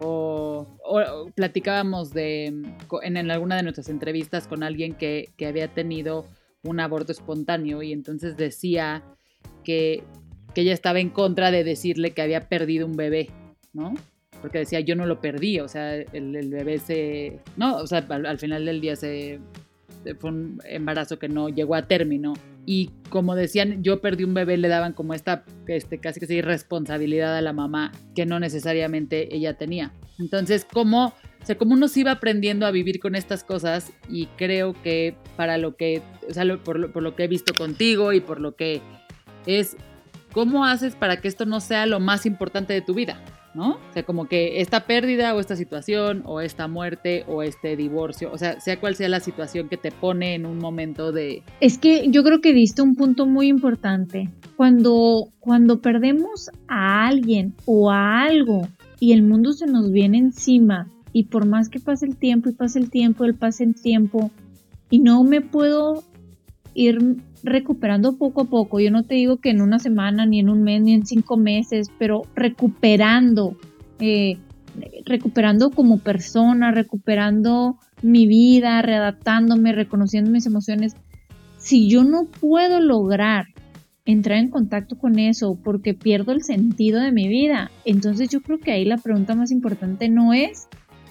o, o, o platicábamos de, en, en alguna de nuestras entrevistas con alguien que, que había tenido un aborto espontáneo y entonces decía que, que ella estaba en contra de decirle que había perdido un bebé, ¿no? Porque decía, yo no lo perdí, o sea, el, el bebé se... No, o sea, al, al final del día se, fue un embarazo que no llegó a término. Y como decían, yo perdí un bebé, le daban como esta este, casi que sí, irresponsabilidad a la mamá que no necesariamente ella tenía. Entonces, ¿cómo, o sea, cómo uno se iba aprendiendo a vivir con estas cosas? Y creo que para lo que, o sea, lo, por, lo, por lo que he visto contigo y por lo que es, ¿cómo haces para que esto no sea lo más importante de tu vida? ¿No? O sea, como que esta pérdida o esta situación o esta muerte o este divorcio, o sea, sea cual sea la situación que te pone en un momento de... Es que yo creo que diste un punto muy importante. Cuando, cuando perdemos a alguien o a algo y el mundo se nos viene encima y por más que pase el tiempo y pase el tiempo, el pase el tiempo y no me puedo ir recuperando poco a poco, yo no te digo que en una semana, ni en un mes, ni en cinco meses, pero recuperando, eh, recuperando como persona, recuperando mi vida, readaptándome, reconociendo mis emociones. Si yo no puedo lograr entrar en contacto con eso porque pierdo el sentido de mi vida, entonces yo creo que ahí la pregunta más importante no es,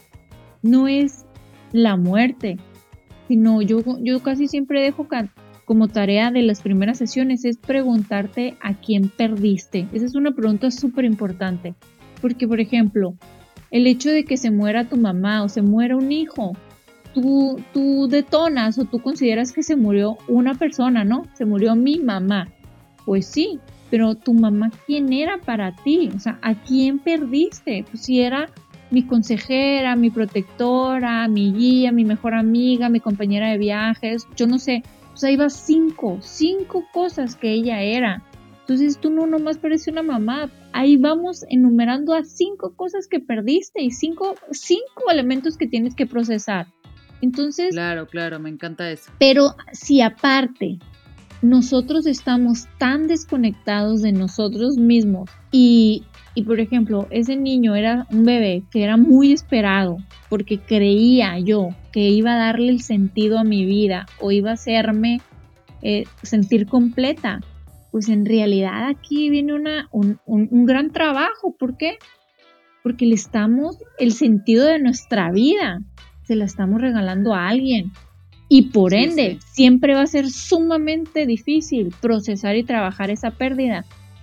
no es la muerte, sino yo, yo casi siempre dejo can- como tarea de las primeras sesiones es preguntarte a quién perdiste. Esa es una pregunta súper importante, porque por ejemplo, el hecho de que se muera tu mamá o se muera un hijo, tú, tú detonas o tú consideras que se murió una persona, ¿no? Se murió mi mamá. Pues sí, pero tu mamá, ¿quién era para ti? O sea, ¿a quién perdiste? Pues si era mi consejera, mi protectora, mi guía, mi mejor amiga, mi compañera de viajes, yo no sé. O pues ahí va cinco, cinco cosas que ella era. Entonces tú no nomás pareces una mamá, ahí vamos enumerando a cinco cosas que perdiste y cinco, cinco elementos que tienes que procesar. Entonces, claro, claro, me encanta eso. Pero si aparte nosotros estamos tan desconectados de nosotros mismos y, y por ejemplo, ese niño era un bebé que era muy esperado porque creía yo que iba a darle el sentido a mi vida o iba a hacerme eh, sentir completa, pues en realidad aquí viene una, un, un, un gran trabajo. ¿Por qué? Porque le estamos, el sentido de nuestra vida se la estamos regalando a alguien. Y por sí, ende, sí. siempre va a ser sumamente difícil procesar y trabajar esa pérdida.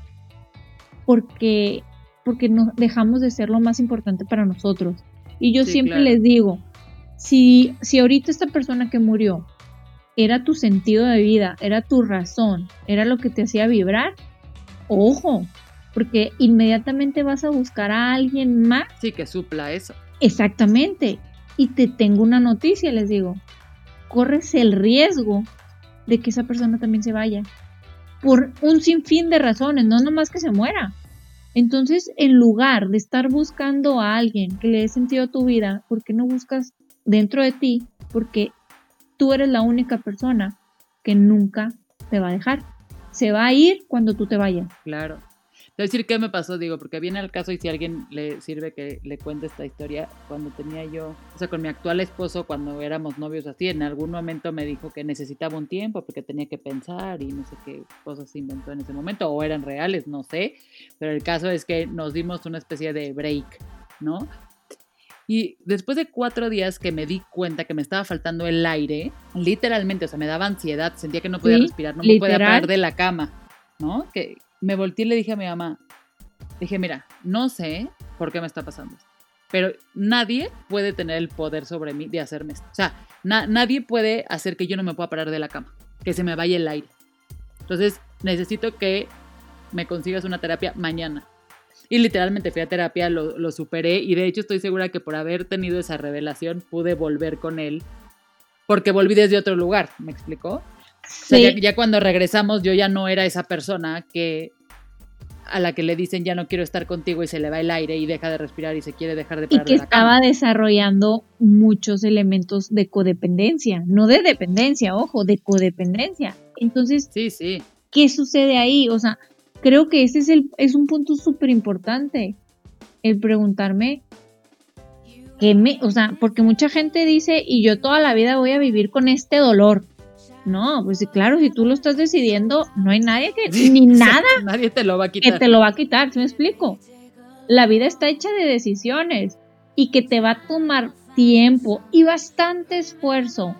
Porque, porque no dejamos de ser lo más importante para nosotros. Y yo sí, siempre claro. les digo, si, si ahorita esta persona que murió era tu sentido de vida, era tu razón, era lo que te hacía vibrar, ojo, porque inmediatamente vas a buscar a alguien más. Sí, que supla eso. Exactamente. Y te tengo una noticia, les digo. Corres el riesgo de que esa persona también se vaya. Por un sinfín de razones, no nomás que se muera. Entonces, en lugar de estar buscando a alguien que le dé sentido a tu vida, ¿por qué no buscas dentro de ti? Porque tú eres la única persona que nunca te va a dejar. Se va a ir cuando tú te vayas. Claro. Te voy a decir qué me pasó, digo, porque viene al caso y si a alguien le sirve que le cuente esta historia, cuando tenía yo, o sea, con mi actual esposo, cuando éramos novios así, en algún momento me dijo que necesitaba un tiempo porque tenía que pensar y no sé qué cosas se inventó en ese momento, o eran reales, no sé, pero el caso es que nos dimos una especie de break, ¿no? Y después de cuatro días que me di cuenta que me estaba faltando el aire, literalmente, o sea, me daba ansiedad, sentía que no podía ¿Sí? respirar, no ¿Literal? me podía parar de la cama, ¿no? Que me volteé y le dije a mi mamá, dije, mira, no sé por qué me está pasando esto, pero nadie puede tener el poder sobre mí de hacerme esto. O sea, na- nadie puede hacer que yo no me pueda parar de la cama, que se me vaya el aire. Entonces, necesito que me consigas una terapia mañana. Y literalmente fui a terapia, lo, lo superé y de hecho estoy segura que por haber tenido esa revelación pude volver con él porque volví desde otro lugar, ¿me explicó? Sí. O sea, ya, ya cuando regresamos yo ya no era esa persona que a la que le dicen ya no quiero estar contigo y se le va el aire y deja de respirar y se quiere dejar de parar y que de la estaba cama. desarrollando muchos elementos de codependencia, no de dependencia, ojo, de codependencia. Entonces, sí, sí. ¿qué sucede ahí? O sea, creo que ese es, el, es un punto súper importante, el preguntarme, ¿qué me, o sea, porque mucha gente dice, y yo toda la vida voy a vivir con este dolor. No, pues claro, si tú lo estás decidiendo, no hay nadie que, Sí, ni exacto, nada nadie te lo va a quitar. que te lo va a quitar, ¿sí me explico? La vida está hecha de decisiones y que te va a tomar tiempo y bastante esfuerzo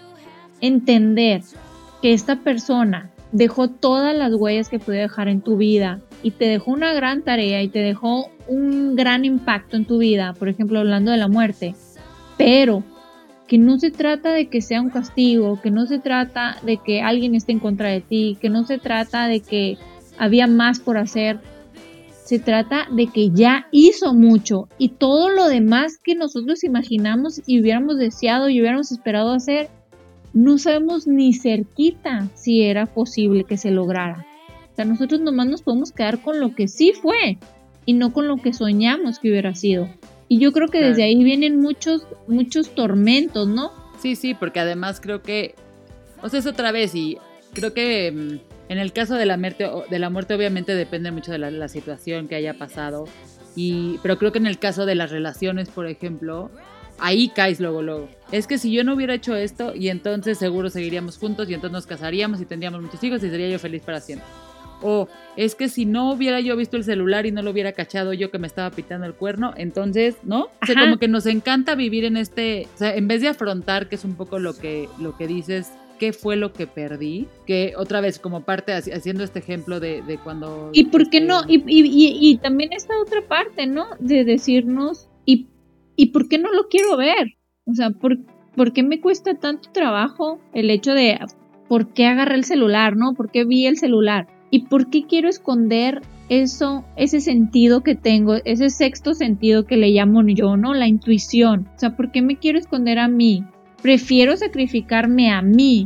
entender que esta persona dejó todas las huellas que puede dejar en tu vida y te dejó una gran tarea y te dejó un gran impacto en tu vida, por ejemplo, hablando de la muerte, pero que no se trata de que sea un castigo, que no se trata de que alguien esté en contra de ti, que no se trata de que había más por hacer, se trata de que ya hizo mucho y todo lo demás que nosotros imaginamos y hubiéramos deseado y hubiéramos esperado hacer, no sabemos ni cerquita si era posible que se lograra. O sea, nosotros nomás nos podemos quedar con lo que sí fue y no con lo que soñamos que hubiera sido. Y yo creo que Claro. desde ahí vienen muchos, muchos tormentos, ¿no? Sí, sí, porque además creo que, o sea, es otra vez y creo que mmm, en el caso de la muerte, de la muerte obviamente depende mucho de la, la situación que haya pasado, y, pero creo que en el caso de las relaciones, por ejemplo, ahí caes luego, luego. Es que si yo no hubiera hecho esto, y entonces seguro seguiríamos juntos, y entonces nos casaríamos y tendríamos muchos hijos y sería yo feliz para siempre. O es que si no hubiera yo visto el celular y no lo hubiera cachado yo que me estaba pitando el cuerno, entonces, ¿no? O sea, como que nos encanta vivir en este, o sea, en vez de afrontar, que es un poco lo que, lo que dices, ¿qué fue lo que perdí? Que otra vez, como parte, haciendo este ejemplo de, de cuando... ¿Y por qué este, no? Y, y, y, y también esta otra parte, ¿no? De decirnos, ¿y, y por qué no lo quiero ver? O sea, ¿por, ¿por qué me cuesta tanto trabajo el hecho de por qué agarré el celular, ¿no? ¿Por qué vi el celular? ¿Y por qué quiero esconder eso, ese sentido que tengo, ese sexto sentido que le llamo yo, ¿no? La intuición. O sea, ¿por qué me quiero esconder a mí? Prefiero sacrificarme a mí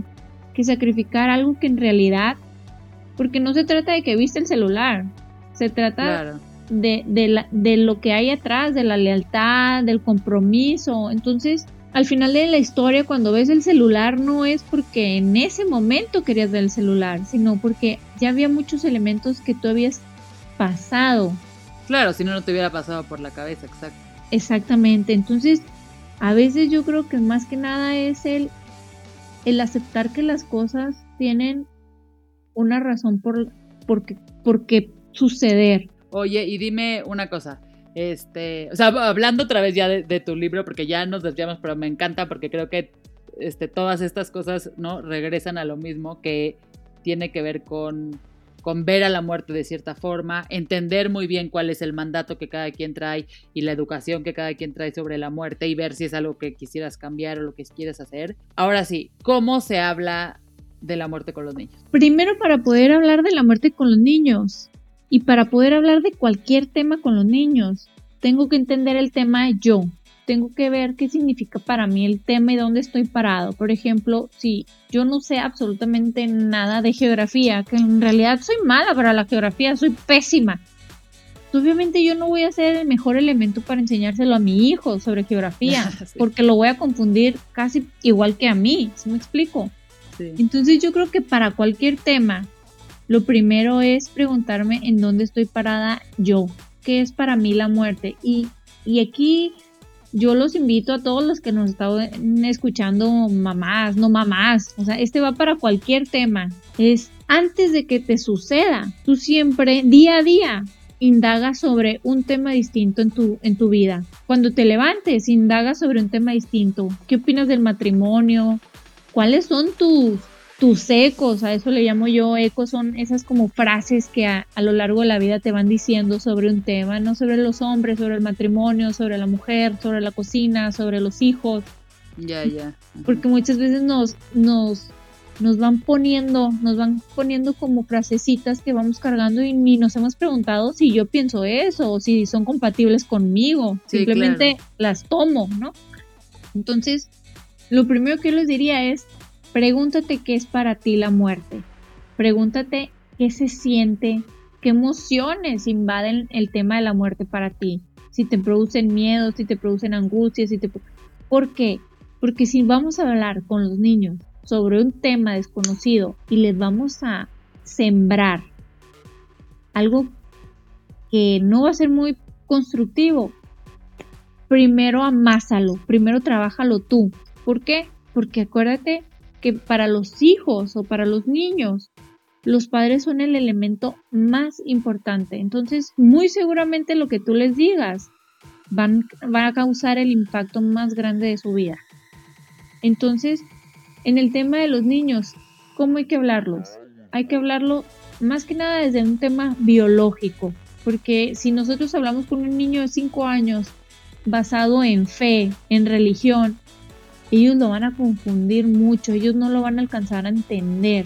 que sacrificar algo que en realidad, porque no se trata de que viste el celular, se trata Claro. de, de, la, de lo que hay atrás, de la lealtad, del compromiso. Entonces, al final de la historia, cuando ves el celular, no es porque en ese momento querías ver el celular, sino porque ya había muchos elementos que tú habías pasado. Claro, si no, no te hubiera pasado por la cabeza, exacto. Exactamente. Entonces, a veces yo creo que más que nada es el, el aceptar que las cosas tienen una razón por, por, qué, por qué suceder. Oye, y dime una cosa. Este, o sea, hablando otra vez ya de, de tu libro, porque ya nos desviamos, pero me encanta porque creo que este, todas estas cosas, ¿no?, regresan a lo mismo, que tiene que ver con, con ver a la muerte de cierta forma, entender muy bien cuál es el mandato que cada quien trae y la educación que cada quien trae sobre la muerte y ver si es algo que quisieras cambiar o lo que quieres hacer. Ahora sí, ¿cómo se habla de la muerte con los niños? Primero, para poder hablar de la muerte con los niños y para poder hablar de cualquier tema con los niños, tengo que entender el tema yo. Tengo que ver qué significa para mí el tema y dónde estoy parado. Por ejemplo, si yo no sé absolutamente nada de geografía, que en realidad soy mala para la geografía, soy pésima. Obviamente yo no voy a ser el mejor elemento para enseñárselo a mi hijo sobre geografía, sí. Porque lo voy a confundir casi igual que a mí, ¿sí me explico? Sí. Entonces yo creo que para cualquier tema, lo primero es preguntarme en dónde estoy parada yo, qué es para mí la muerte. Y, y aquí yo los invito a todos los que nos están escuchando, mamás, no mamás, o sea, este va para cualquier tema. Es antes de que te suceda, tú siempre, día a día, indaga sobre un tema distinto en tu, en tu vida. Cuando te levantes, indaga sobre un tema distinto. ¿Qué opinas del matrimonio? ¿Cuáles son tus, tus ecos? A eso le llamo yo ecos, son esas como frases que a, a lo largo de la vida te van diciendo sobre un tema, ¿no? Sobre los hombres, sobre el matrimonio, sobre la mujer, sobre la cocina, sobre los hijos. Ya, ya. Uh-huh. Porque muchas veces nos, nos, nos van poniendo, nos van poniendo como frasecitas que vamos cargando y ni nos hemos preguntado si yo pienso eso o si son compatibles conmigo. Sí, simplemente claro. Las tomo, ¿no? Entonces, lo primero que yo les diría es, pregúntate qué es para ti la muerte. Pregúntate qué se siente, qué emociones invaden el tema de la muerte para ti. Si te producen miedo, si te producen angustia, si te... ¿Por qué? Porque si vamos a hablar con los niños sobre un tema desconocido y les vamos a sembrar algo que no va a ser muy constructivo, primero amásalo, primero trabájalo tú. ¿Por qué? Porque acuérdate que para los hijos o para los niños, los padres son el elemento más importante. Entonces, muy seguramente lo que tú les digas van, van a causar el impacto más grande de su vida. Entonces, en el tema de los niños, ¿cómo hay que hablarlos? Hay que hablarlo más que nada desde un tema biológico. Porque si nosotros hablamos con un niño de cinco años basado en fe, en religión, ellos lo van a confundir mucho, ellos no lo van a alcanzar a entender.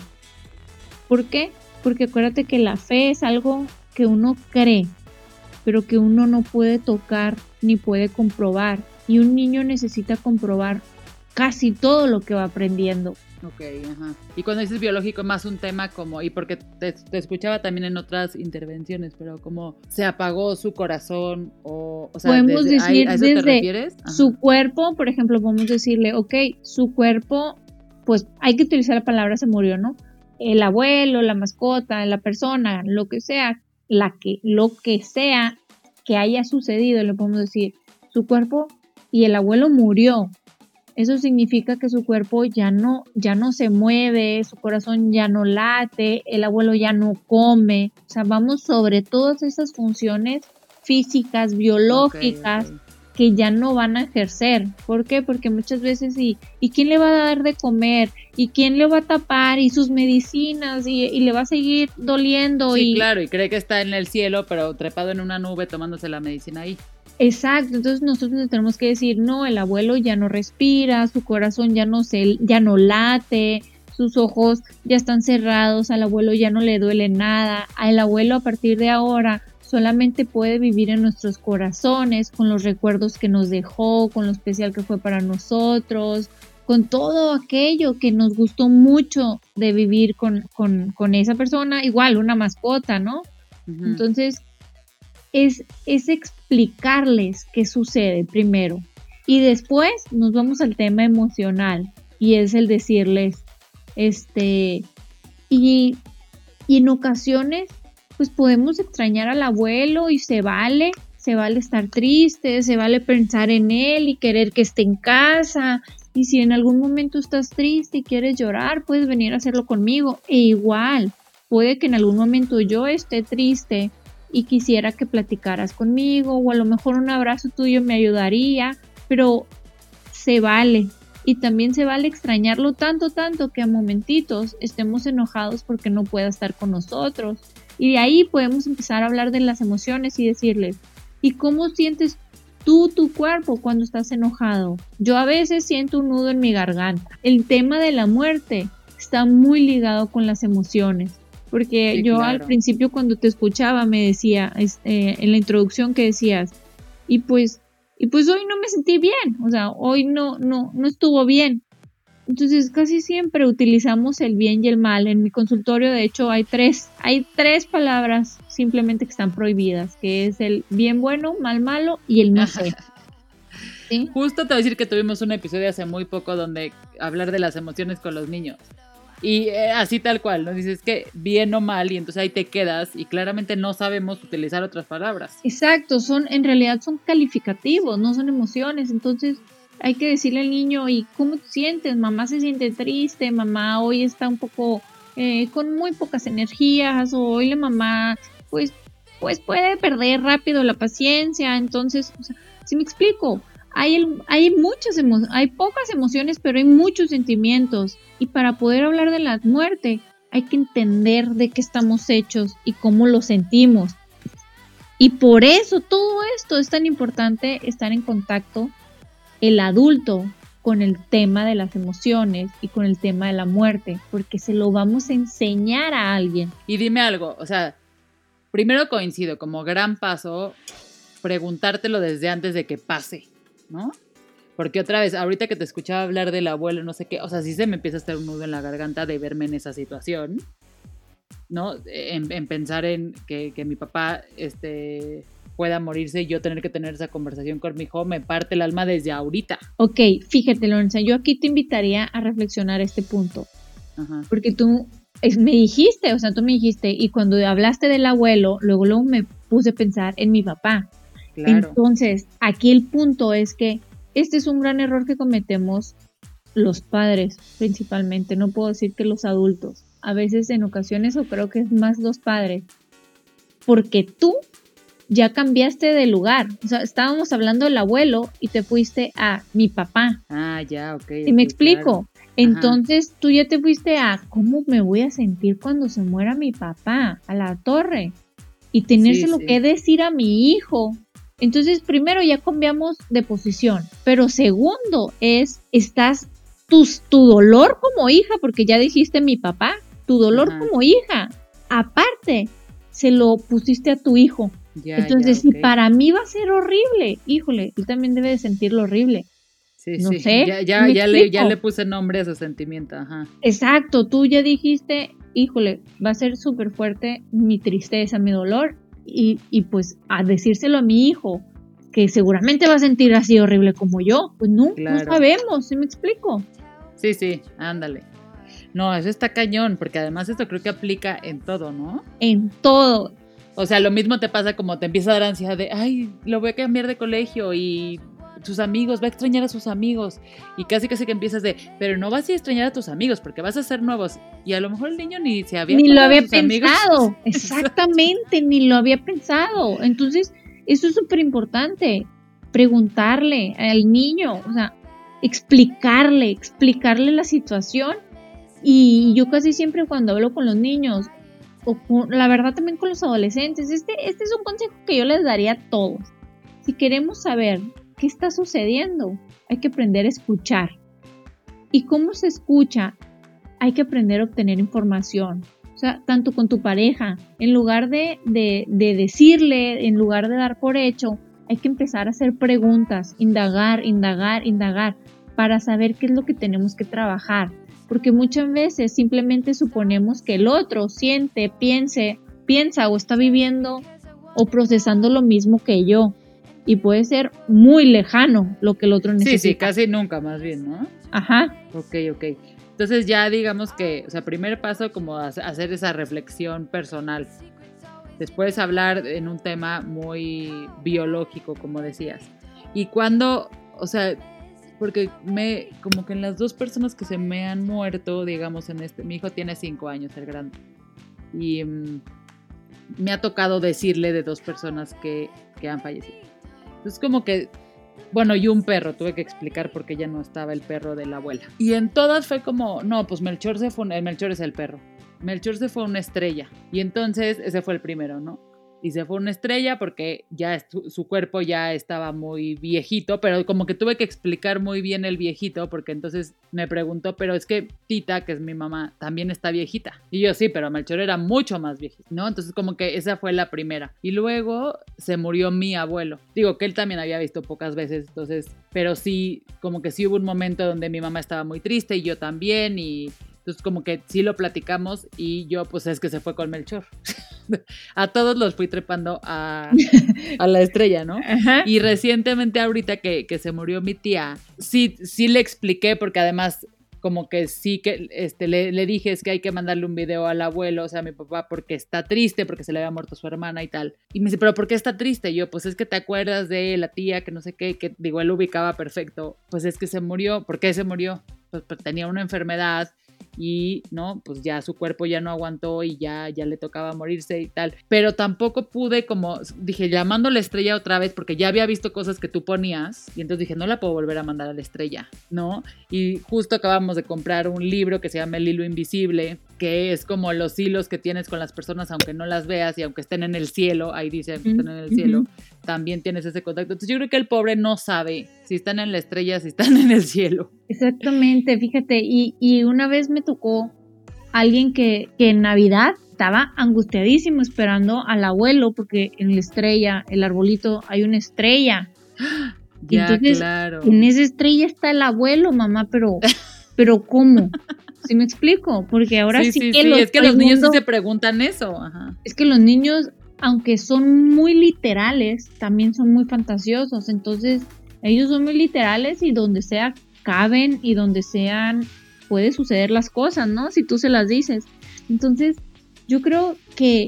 ¿Por qué? Porque acuérdate que la fe es algo que uno cree, pero que uno no puede tocar ni puede comprobar. Y un niño necesita comprobar casi todo lo que va aprendiendo. Ok, ajá. Y cuando dices biológico es más un tema como, y porque te, te escuchaba también en otras intervenciones, pero como se apagó su corazón o, o sea, podemos desde, decir ¿a, a eso desde te refieres? Ajá. Su cuerpo, por ejemplo, podemos decirle, ok, su cuerpo, pues hay que utilizar la palabra se murió, ¿no? El abuelo, la mascota, la persona, lo que sea, la que, lo que sea que haya sucedido, le podemos decir, su cuerpo y el abuelo murió. Eso significa que su cuerpo ya no, ya no se mueve, su corazón ya no late, el abuelo ya no come. O sea, vamos sobre todas esas funciones físicas, biológicas, okay, okay. que ya no van a ejercer. ¿Por qué? Porque muchas veces, ¿y, ¿y quién le va a dar de comer? ¿Y quién le va a tapar? ¿Y sus medicinas? ¿Y, y le va a seguir doliendo? Sí, y... claro, y cree que está en el cielo, pero trepado en una nube tomándose la medicina ahí. Exacto, entonces nosotros tenemos que decir, no, el abuelo ya no respira, su corazón ya no se, ya no late, sus ojos ya están cerrados, al abuelo ya no le duele nada, al abuelo a partir de ahora solamente puede vivir en nuestros corazones, con los recuerdos que nos dejó, con lo especial que fue para nosotros, con todo aquello que nos gustó mucho de vivir con, con, con esa persona, igual una mascota, ¿no? Uh-huh. Entonces, es, es explicarles qué sucede primero. Y después nos vamos al tema emocional, y es el decirles, este, y, y en ocasiones, pues podemos extrañar al abuelo y se vale, se vale estar triste, se vale pensar en él y querer que esté en casa. Y si en algún momento estás triste y quieres llorar, puedes venir a hacerlo conmigo. E igual, puede que en algún momento yo esté triste y quisiera que platicaras conmigo, o a lo mejor un abrazo tuyo me ayudaría, pero se vale. Y también se vale extrañarlo tanto, tanto que a momentitos estemos enojados porque no pueda estar con nosotros. Y de ahí podemos empezar a hablar de las emociones y decirles, ¿y cómo sientes tú tu cuerpo cuando estás enojado? Yo a veces siento un nudo en mi garganta. El tema de la muerte está muy ligado con las emociones, porque sí, yo claro. Al principio cuando te escuchaba me decía, este, en la introducción que decías, y pues, y pues hoy no me sentí bien, o sea, hoy no, no, no estuvo bien. Entonces casi siempre utilizamos el bien y el mal. En mi consultorio de hecho hay tres, hay tres palabras simplemente que están prohibidas, que es el bien bueno, mal malo y el no sé. ¿Sí? Justo te voy a decir que tuvimos un episodio hace muy poco donde hablar de las emociones con los niños. Y eh, así tal cual, ¿no? Dices que bien o mal, y entonces ahí te quedas y claramente no sabemos utilizar otras palabras. Exacto, son, en realidad son calificativos, no son emociones. Entonces hay que decirle al niño, ¿y cómo te sientes? Mamá se siente triste, mamá hoy está un poco eh, con muy pocas energías, o hoy la mamá pues, pues puede perder rápido la paciencia. Entonces, o sea, si me explico, hay, el, hay muchas emo- hay pocas emociones, pero hay muchos sentimientos, y para poder hablar de la muerte hay que entender de qué estamos hechos y cómo lo sentimos. Y por eso todo esto es tan importante, estar en contacto el adulto con el tema de las emociones y con el tema de la muerte, porque se lo vamos a enseñar a alguien. Y dime algo, o sea, primero coincido, como gran paso, preguntártelo desde antes de que pase, ¿no? Porque otra vez, ahorita que te escuchaba hablar del abuelo, no sé qué, o sea, sí se me empieza a estar un nudo en la garganta de verme en esa situación, ¿no? En, en pensar en que, que mi papá, este... pueda morirse y yo tener que tener esa conversación con mi hijo, me parte el alma desde ahorita. Ok, fíjate, Lorenza, yo aquí te invitaría a reflexionar este punto. Ajá. Porque tú es, me dijiste, o sea, tú me dijiste, y cuando hablaste del abuelo, luego, luego me puse a pensar en mi papá. Claro. Entonces, aquí el punto es que este es un gran error que cometemos los padres, principalmente. No puedo decir que los adultos. A veces, en ocasiones, o creo que es más los padres. Porque tú ya cambiaste de lugar. O sea, estábamos hablando del abuelo y te fuiste a mi papá. Ah, ya, ok. ¿Y okay, me explico? Claro. Entonces tú ya te fuiste a cómo me voy a sentir cuando se muera mi papá, a la torre. Y tenérselo sí, sí. que decir a mi hijo. Entonces, primero ya cambiamos de posición. Pero segundo es, estás tu, tu dolor como hija, porque ya dijiste mi papá, tu dolor Ajá. como hija. Aparte, se lo pusiste a tu hijo. Ya, Entonces, ya, okay. si para mí va a ser horrible, híjole, él también debe de sentirlo horrible. Sí, no sí. sé. Ya, ya, ya, le, ya le puse nombre a su sentimiento. Ajá. Exacto, tú ya dijiste, híjole, va a ser súper fuerte mi tristeza, mi dolor, y, y pues a decírselo a mi hijo, que seguramente va a sentir así horrible como yo, pues no, claro. no sabemos, ¿sí me explico? Sí, sí, ándale. No, eso está cañón, porque además esto creo que aplica en todo, ¿no? En todo. O sea, lo mismo te pasa como te empieza a dar ansiedad de, ay, lo voy a cambiar de colegio y sus amigos, va a extrañar a sus amigos. Y casi casi que empiezas de, pero no vas a extrañar a tus amigos porque vas a ser nuevos. Y a lo mejor el niño ni se había Ni lo había sus pensado. Amigos. Exactamente, ni lo había pensado. Entonces, eso es súper importante. Preguntarle al niño, o sea, explicarle, explicarle la situación. Y yo casi siempre cuando hablo con los niños, o con, la verdad también con los adolescentes, este, este es un consejo que yo les daría a todos. Si queremos saber qué está sucediendo, hay que aprender a escuchar. ¿Y cómo se escucha? Hay que aprender a obtener información. O sea, tanto con tu pareja, en lugar de, de, de decirle, en lugar de dar por hecho, hay que empezar a hacer preguntas, indagar, indagar, indagar. para saber qué es lo que tenemos que trabajar, porque muchas veces simplemente suponemos que el otro siente, piense, piensa o está viviendo o procesando lo mismo que yo, y puede ser muy lejano lo que el otro necesita. Sí, sí, casi nunca más bien, ¿no? Ajá. Ok, ok. Entonces ya digamos que, o sea, primer paso como hacer esa reflexión personal. Después hablar en un tema muy biológico, como decías. Y cuando, o sea, porque me, como que en las dos personas que se me han muerto, digamos, en este, mi hijo tiene cinco años, el grande. Y um, me ha tocado decirle de dos personas que, que han fallecido. Entonces como que, bueno, y un perro, tuve que explicar por qué ya no estaba el perro de la abuela. Y en todas fue como, no, pues Melchor se fue, el Melchor es el perro. Melchor se fue una estrella. Y entonces ese fue el primero, ¿no? Y se fue una estrella porque ya su, su cuerpo ya estaba muy viejito, pero como que tuve que explicar muy bien el viejito, porque entonces me preguntó, pero es que Tita, que es mi mamá, también está viejita. Y yo sí, pero Melchor era mucho más viejito, ¿no? Entonces como que esa fue la primera. Y luego se murió mi abuelo. Digo que él también había visto pocas veces, entonces, pero sí, como que sí hubo un momento donde mi mamá estaba muy triste y yo también, y entonces como que sí lo platicamos y yo pues es que se fue con Melchor. A todos los fui trepando a, a la estrella, ¿no? Ajá. Y recientemente ahorita que, que se murió mi tía, sí, sí le expliqué porque además como que sí que este, le, le dije es que hay que mandarle un video al abuelo, o sea, a mi papá, porque está triste, porque se le había muerto su hermana y tal. Y me dice, ¿pero por qué está triste? Y yo, pues es que te acuerdas de la tía que no sé qué, que digo, él lo ubicaba perfecto. Pues es que se murió. ¿Por qué se murió? Pues, pues tenía una enfermedad y no, pues ya su cuerpo ya no aguantó y ya, ya le tocaba morirse y tal, pero tampoco pude, como dije, llamando a la estrella otra vez porque ya había visto cosas que tú ponías y entonces dije, no la puedo volver a mandar a la estrella, ¿no? Y justo acabamos de comprar un libro que se llama El Hilo Invisible, que es como los hilos que tienes con las personas aunque no las veas y aunque estén en el cielo, ahí dice que están en el cielo, uh-huh. También tienes ese contacto. Entonces yo creo que el pobre no sabe si están en la estrella, si están en el cielo. Exactamente, fíjate, y, y una vez me tocó alguien que, que en Navidad estaba angustiadísimo esperando al abuelo porque en la estrella, el arbolito, hay una estrella. Ya, entonces, claro. En esa estrella está el abuelo, mamá, pero, pero ¿cómo? ¿Sí me explico? Porque ahora sí, sí, sí que sí, los es que los niños mundo, sí se preguntan eso. Ajá. Es que los niños, aunque son muy literales, también son muy fantasiosos. Entonces, ellos son muy literales y donde sea caben y donde sean puede suceder las cosas, ¿no? Si tú se las dices. Entonces, yo creo que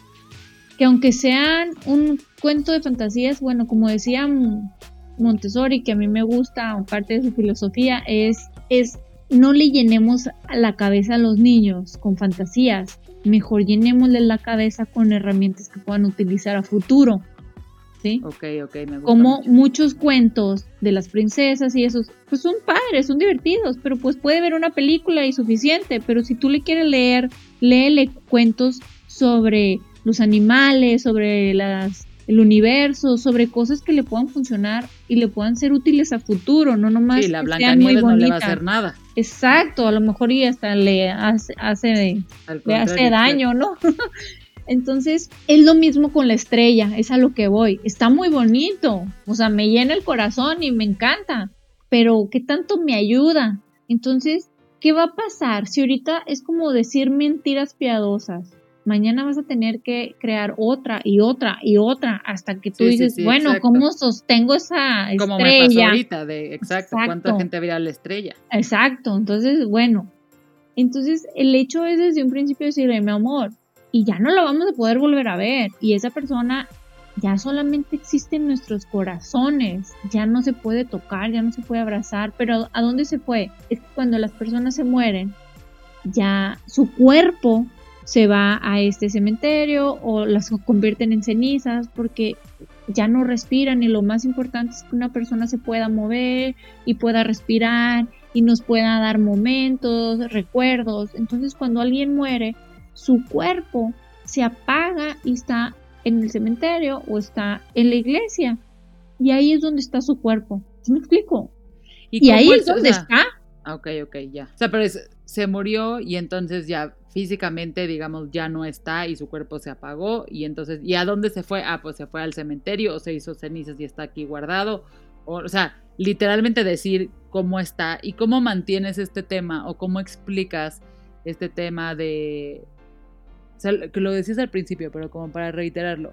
que aunque sean un cuento de fantasías, bueno, como decía Montessori, que a mí me gusta, parte de su filosofía, es, es no le llenemos la cabeza a los niños con fantasías, mejor llenémosle la cabeza con herramientas que puedan utilizar a futuro, ¿sí? Ok, ok, me gusta Como mucho. muchos cuentos de las princesas y esos, pues son padres, son divertidos, pero pues puede ver una película y suficiente, pero si tú le quieres leer, léele cuentos sobre los animales, sobre las el universo, sobre cosas que le puedan funcionar y le puedan ser útiles a futuro, no nomás sí, la que Blancanieves no le va a hacer nada. Exacto, a lo mejor y hasta le hace, hace, le hace daño, ¿no? Entonces, es lo mismo con la estrella, es a lo que voy. Está muy bonito, o sea, me llena el corazón y me encanta, pero ¿qué tanto me ayuda? Entonces, ¿qué va a pasar si ahorita es como decir mentiras piadosas? Mañana vas a tener que crear otra y otra y otra hasta que tú sí, dices, sí, sí, bueno, exacto. ¿cómo sostengo esa estrella? Como me pasó ahorita, de, exacto, exacto. ¿Cuánta gente veía la estrella? Exacto, entonces, bueno, entonces el hecho es desde un principio decirle, mi amor, y ya no la vamos a poder volver a ver, y esa persona ya solamente existe en nuestros corazones, ya no se puede tocar, ya no se puede abrazar, pero ¿a dónde se fue? Es que cuando las personas se mueren, ya su cuerpo se va a este cementerio o las convierten en cenizas porque ya no respiran, y lo más importante es que una persona se pueda mover y pueda respirar y nos pueda dar momentos, recuerdos. Entonces cuando alguien muere, su cuerpo se apaga y está en el cementerio o está en la iglesia, y ahí es donde está su cuerpo. ¿Sí me explico? Y, y ahí es, es donde o sea, está. Ok, ok, ya. O sea, pero es, se murió y entonces ya físicamente, digamos, ya no está y su cuerpo se apagó, y entonces, ¿y a dónde se fue? Ah, pues se fue al cementerio o se hizo cenizas y está aquí guardado. O, o sea, literalmente decir cómo está y cómo mantienes este tema o cómo explicas este tema de, o sea, que lo decías al principio, pero como para reiterarlo,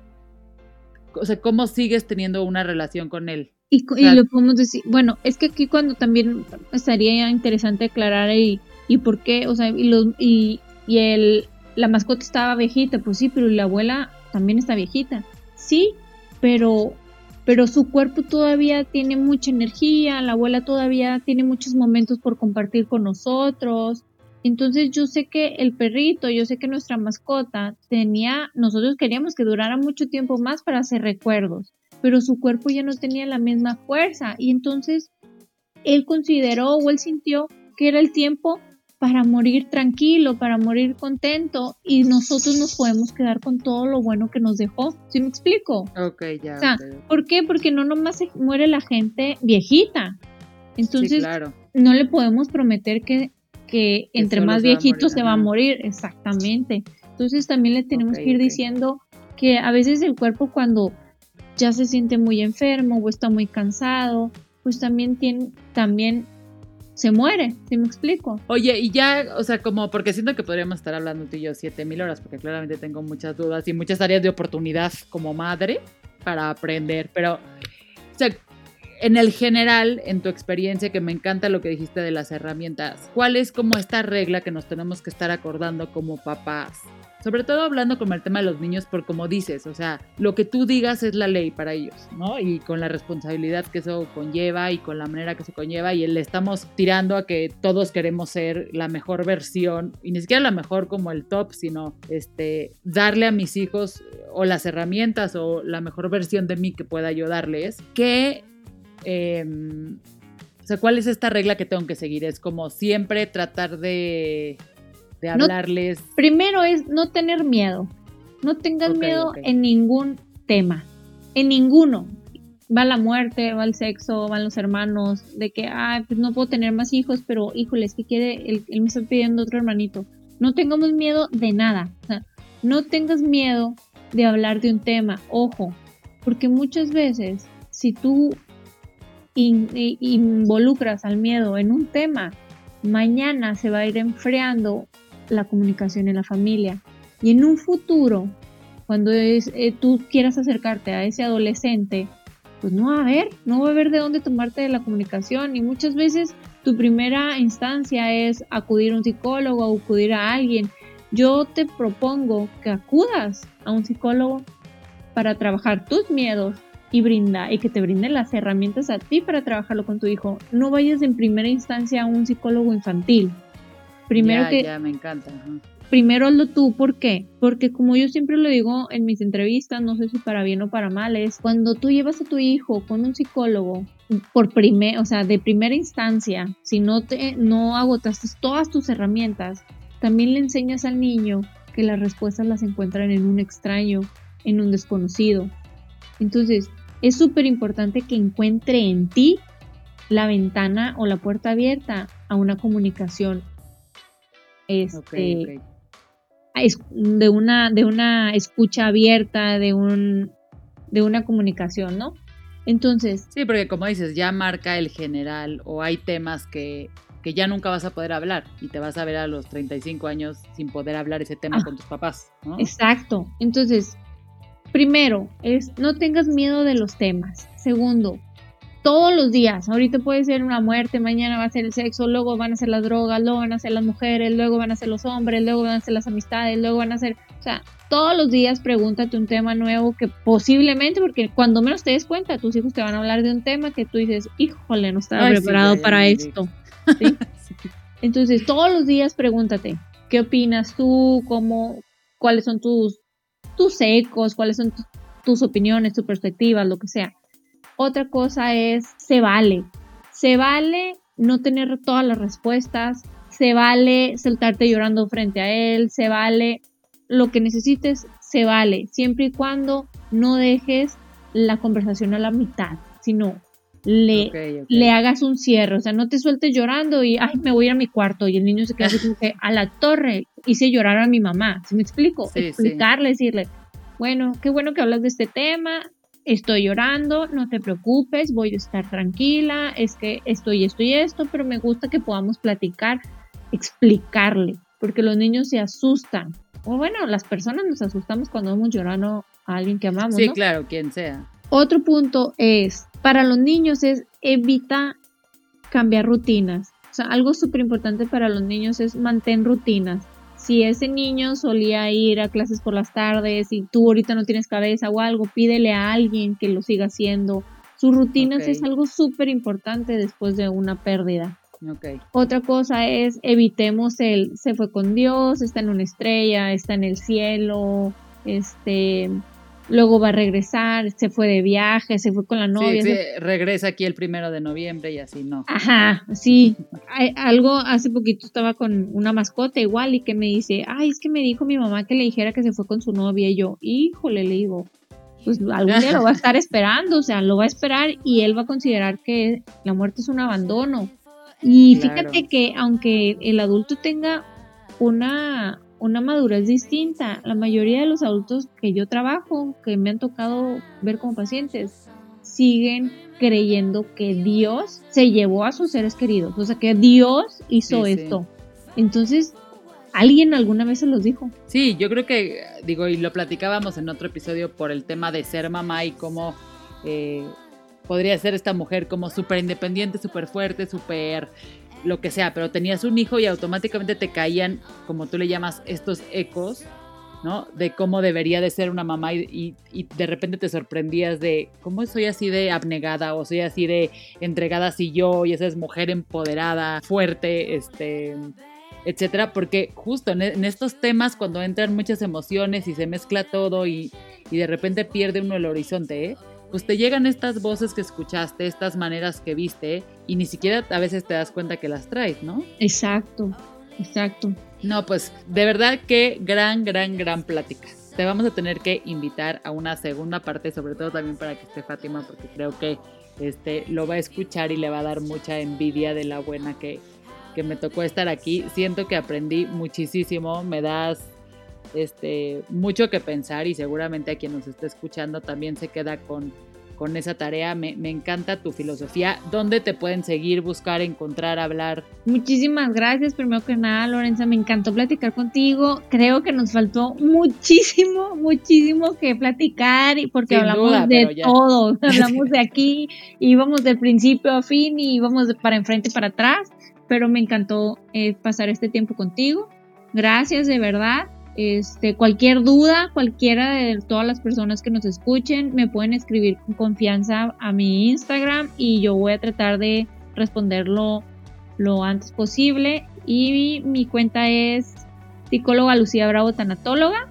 o sea, cómo sigues teniendo una relación con él. Y, O sea, y lo podemos decir, bueno, es que aquí cuando también estaría interesante aclarar y, y por qué, o sea, y, los, y, y el, la mascota estaba viejita, pues sí, pero la abuela también está viejita, sí, pero, pero su cuerpo todavía tiene mucha energía, la abuela todavía tiene muchos momentos por compartir con nosotros. Entonces yo sé que el perrito, yo sé que nuestra mascota tenía, nosotros queríamos que durara mucho tiempo más para hacer recuerdos, pero su cuerpo ya no tenía la misma fuerza y entonces él consideró o él sintió que era el tiempo para morir tranquilo, para morir contento y nosotros nos podemos quedar con todo lo bueno que nos dejó. ¿Sí me explico? Ok, ya. O sea, okay, okay. ¿por qué? Porque no nomás se muere la gente viejita. Entonces, Sí, claro. no le podemos prometer que, que entre solo más se va a viejito morir, se va a ajá. morir. Exactamente. Entonces, también le tenemos Ok, que ir ok. diciendo que a veces el cuerpo cuando ya se siente muy enfermo o está muy cansado, pues también tiene, también se muere, ¿sí me explico? Oye, y ya, o sea, como, porque siento que podríamos estar hablando tú y yo siete mil horas, porque claramente tengo muchas dudas y muchas áreas de oportunidad como madre para aprender, pero, o sea, en el general, en tu experiencia, que me encanta lo que dijiste de las herramientas, ¿cuál es como esta regla que nos tenemos que estar acordando como papás? Sobre todo hablando como el tema de los niños, por como dices, o sea, lo que tú digas es la ley para ellos, ¿no? Y con la responsabilidad que eso conlleva y con la manera que se conlleva y le estamos tirando a que todos queremos ser la mejor versión y ni siquiera la mejor como el top, sino este, darle a mis hijos o las herramientas o la mejor versión de mí que pueda yo darles, que Eh, o sea, ¿cuál es esta regla que tengo que seguir? Es como siempre tratar de, de hablarles. No, primero es no tener miedo. No tengas okay, miedo okay. en ningún tema. En ninguno. Va la muerte, va el sexo, van los hermanos. De que, ah, pues no puedo tener más hijos, pero híjole, es que quiere, él, él me está pidiendo otro hermanito. No tengamos miedo de nada. O sea, no tengas miedo de hablar de un tema. Ojo, porque muchas veces, si tú In, in, involucras al miedo en un tema, mañana se va a ir enfriando la comunicación en la familia y en un futuro, cuando es, eh, tú quieras acercarte a ese adolescente, pues no va a haber, no va a haber de dónde tomarte de la comunicación y muchas veces tu primera instancia es acudir a un psicólogo o acudir a alguien. Yo te propongo que acudas a un psicólogo para trabajar tus miedos y brinda y que te brinden las herramientas a ti para trabajarlo con tu hijo. No vayas en primera instancia a un psicólogo infantil. Primero ya, que ya, me encanta. Ajá. Primero hazlo tú, ¿por qué? Porque como yo siempre lo digo en mis entrevistas, no sé si para bien o para mal, es cuando tú llevas a tu hijo con un psicólogo por primer, o sea, de primera instancia, si no te no agotaste todas tus herramientas, también le enseñas al niño que las respuestas las encuentran en un extraño, en un desconocido. Entonces, es súper importante que encuentre en ti la ventana o la puerta abierta a una comunicación este, okay, okay. de una, de una escucha abierta, de un, de una comunicación, ¿no? Entonces. Sí, porque como dices, ya marca el general o hay temas que, que ya nunca vas a poder hablar y te vas a ver a los treinta y cinco años sin poder hablar ese tema ah, con tus papás, ¿no? Exacto. Entonces, primero, es no tengas miedo de los temas. Segundo, todos los días, ahorita puede ser una muerte, mañana va a ser el sexo, luego van a ser las drogas, luego van a ser las mujeres, luego van a ser los hombres, luego van a ser las amistades, luego van a ser, o sea, todos los días pregúntate un tema nuevo que posiblemente, porque cuando menos te des cuenta, tus hijos te van a hablar de un tema que tú dices, híjole, no estaba Ay, preparado sí, ya, para ya esto, ¿sí? Sí. Entonces, todos los días pregúntate, ¿qué opinas tú? ¿Cómo, cuáles son tus, tus ecos? ¿Cuáles son tus, tus opiniones, tus perspectivas, lo que sea? Otra cosa es, se vale, se vale no tener todas las respuestas, se vale saltarte llorando frente a él, se vale lo que necesites, se vale, siempre y cuando no dejes la conversación a la mitad, sino le, okay, okay. le hagas un cierre, o sea, no te sueltes llorando y, ay, me voy a ir a mi cuarto y el niño se queda así como que, a la torre, hice llorar a mi mamá, ¿sí me explico? Sí, Explicarle, sí. Decirle, bueno, qué bueno que hablas de este tema, estoy llorando, no te preocupes, voy a estar tranquila, es que esto y esto y esto, pero me gusta que podamos platicar, explicarle, porque los niños se asustan. O bueno, las personas nos asustamos cuando vamos llorando a alguien que amamos, Sí, ¿no? claro, quien sea. Otro punto es, para los niños es evita cambiar rutinas. O sea, algo súper importante para los niños es mantén rutinas. Si ese niño solía ir a clases por las tardes y tú ahorita no tienes cabeza o algo, pídele a alguien que lo siga haciendo. Sus rutinas Okay. es algo súper importante después de una pérdida. Okay. Otra cosa es, evitemos el, se fue con Dios, está en una estrella, está en el cielo, este, luego va a regresar, se fue de viaje, se fue con la novia. Sí, sí, se... regresa aquí el primero de noviembre y así, ¿no? Ajá, sí. Hay, algo, hace poquito estaba con una mascota igual y que me dice, ay, es que me dijo mi mamá que le dijera que se fue con su novia. Y yo, híjole, le digo, pues algún día lo va a estar esperando, o sea, lo va a esperar y él va a considerar que la muerte es un abandono. Y Claro. fíjate que aunque el adulto tenga una, una madurez distinta, la mayoría de los adultos que yo trabajo, que me han tocado ver como pacientes, siguen creyendo que Dios se llevó a sus seres queridos, o sea, que Dios hizo Sí, sí. esto. Entonces, ¿alguien alguna vez se los dijo? Sí, yo creo que, digo, y lo platicábamos en otro episodio por el tema de ser mamá y cómo eh, podría ser esta mujer como súper independiente, súper fuerte, súper lo que sea, pero tenías un hijo y automáticamente te caían, como tú le llamas, estos ecos, ¿no? De cómo debería de ser una mamá y, y, y de repente te sorprendías de cómo soy así de abnegada o soy así de entregada si yo y esa es mujer empoderada, fuerte, este... etcétera, porque justo en, en estos temas cuando entran muchas emociones y se mezcla todo y, y de repente pierde uno el horizonte, ¿eh? Pues te llegan estas voces que escuchaste, estas maneras que viste y ni siquiera a veces te das cuenta que las traes, ¿no? Exacto, exacto. No, pues de verdad que gran, gran, gran plática. Te vamos a tener que invitar a una segunda parte, sobre todo también para que esté Fátima, porque creo que este, lo va a escuchar y le va a dar mucha envidia de la buena que, que me tocó estar aquí. Siento que aprendí muchísimo, me das este, mucho que pensar y seguramente a quien nos esté escuchando también se queda con, con esa tarea. Me, me encanta tu filosofía. ¿Dónde te pueden seguir, buscar, encontrar, hablar? Muchísimas gracias, primero que nada, Lorenza, me encantó platicar contigo. Creo que nos faltó muchísimo, muchísimo que platicar y porque Sin hablamos duda, de pero ya. todo, hablamos de aquí, íbamos del principio a fin y íbamos de para enfrente y para atrás, pero me encantó eh, pasar este tiempo contigo. Gracias, de verdad. Este, cualquier duda, cualquiera de todas las personas que nos escuchen, me pueden escribir con confianza a mi Instagram y yo voy a tratar de responderlo lo antes posible. Y mi cuenta es psicóloga Lucía Bravo Tanatóloga.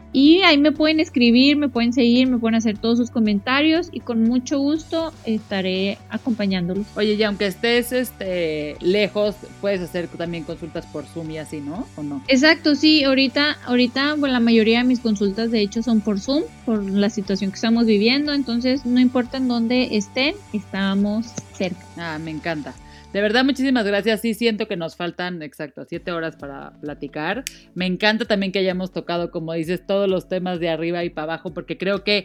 Y ahí me pueden escribir, me pueden seguir, me pueden hacer todos sus comentarios y con mucho gusto estaré acompañándolos. Oye, y aunque estés este, lejos, puedes hacer también consultas por Zoom y así, ¿no? ¿O no? Exacto, sí, ahorita, ahorita bueno, la mayoría de mis consultas de hecho son por Zoom, por la situación que estamos viviendo, entonces no importa en dónde estén, estamos cerca. Ah, me encanta. De verdad, muchísimas gracias. Sí, siento que nos faltan, exacto, siete horas para platicar. Me encanta también que hayamos tocado, como dices, todos los temas de arriba y para abajo, porque creo que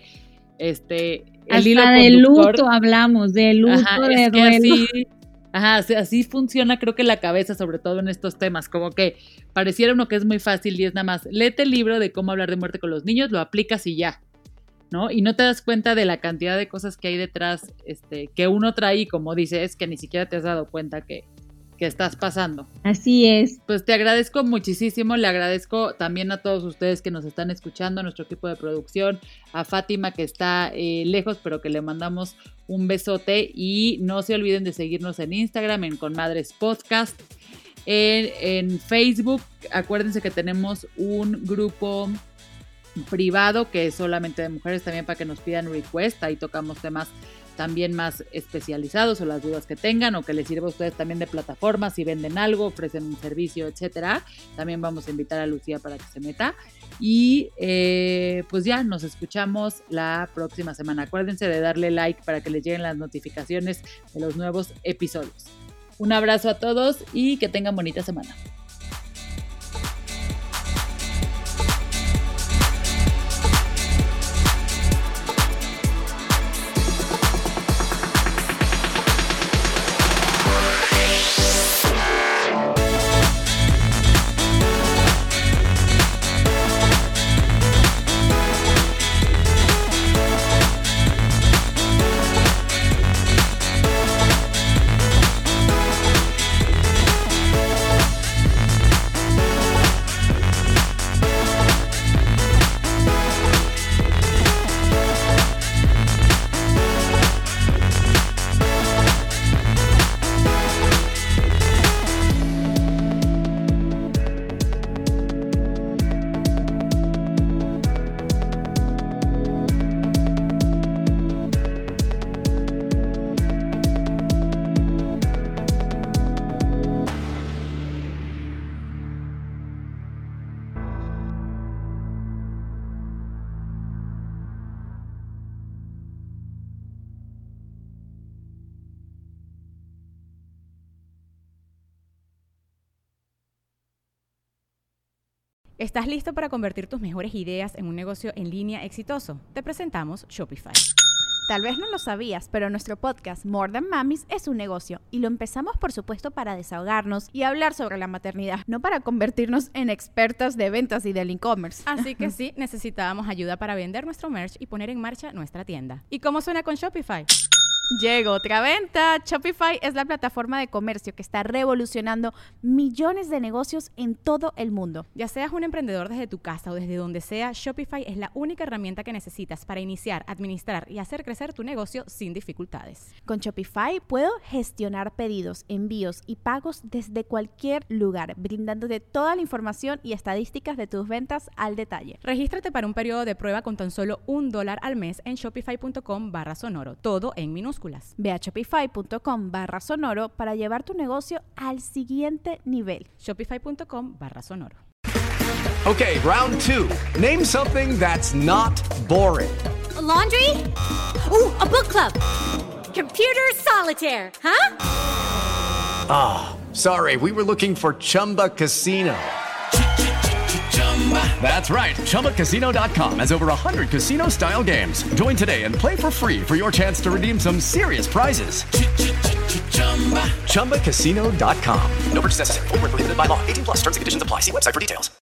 este el Hasta hilo de conductor, luto hablamos, de luto, ajá, de es que duelo. así, ajá, así, así funciona, creo que la cabeza, sobre todo en estos temas, como que pareciera uno que es muy fácil y es nada más, léete el libro de cómo hablar de muerte con los niños, lo aplicas y ya, ¿no? Y no te das cuenta de la cantidad de cosas que hay detrás, este, que uno trae y como dices, que ni siquiera te has dado cuenta que, que estás pasando. Así es. Pues te agradezco muchísimo, le agradezco también a todos ustedes que nos están escuchando, a nuestro equipo de producción, a Fátima que está eh, lejos, pero que le mandamos un besote y no se olviden de seguirnos en Instagram, en Conmadres Podcast, en, en Facebook, acuérdense que tenemos un grupo privado que es solamente de mujeres también para que nos pidan request, ahí tocamos temas también más especializados o las dudas que tengan o que les sirva a ustedes también de plataforma si venden algo, ofrecen un servicio, etcétera. También vamos a invitar a Lucía para que se meta y eh, pues ya nos escuchamos la próxima semana. Acuérdense de darle like para que les lleguen las notificaciones de los nuevos episodios. Un abrazo a todos y que tengan bonita semana. ¿Estás listo para convertir tus mejores ideas en un negocio en línea exitoso? Te presentamos Shopify. Tal vez no lo sabías, pero nuestro podcast More Than Mamis es un negocio y lo empezamos por supuesto para desahogarnos y hablar sobre la maternidad, no para convertirnos en expertas de ventas y del e-commerce. Así que sí, necesitábamos ayuda para vender nuestro merch y poner en marcha nuestra tienda. ¿Y cómo suena con Shopify? Llegó otra venta. Shopify es la plataforma de comercio que está revolucionando millones de negocios en todo el mundo. Ya seas un emprendedor desde tu casa o desde donde sea, Shopify es la única herramienta que necesitas para iniciar, administrar y hacer crecer tu negocio sin dificultades. Con Shopify puedo gestionar pedidos, envíos y pagos desde cualquier lugar, brindándote toda la información y estadísticas de tus ventas al detalle. Regístrate para un periodo de prueba con tan solo un dólar al mes en shopify.com barra sonoro, todo en minúsculas. Ve a shopify.com barra sonoro para llevar tu negocio al siguiente nivel. Shopify.com barra sonoro. Okay, round two. Name something that's not boring. A laundry? Ooh, a book club. Computer solitaire, huh? Ah, oh, sorry, we were looking for Chumba Casino. That's right. Chumba Casino dot com has over one hundred casino-style games. Join today and play for free for your chance to redeem some serious prizes. Chumba Casino dot com. No purchase necessary. Void where prohibited by law. eighteen plus. Terms and conditions apply. See website for details.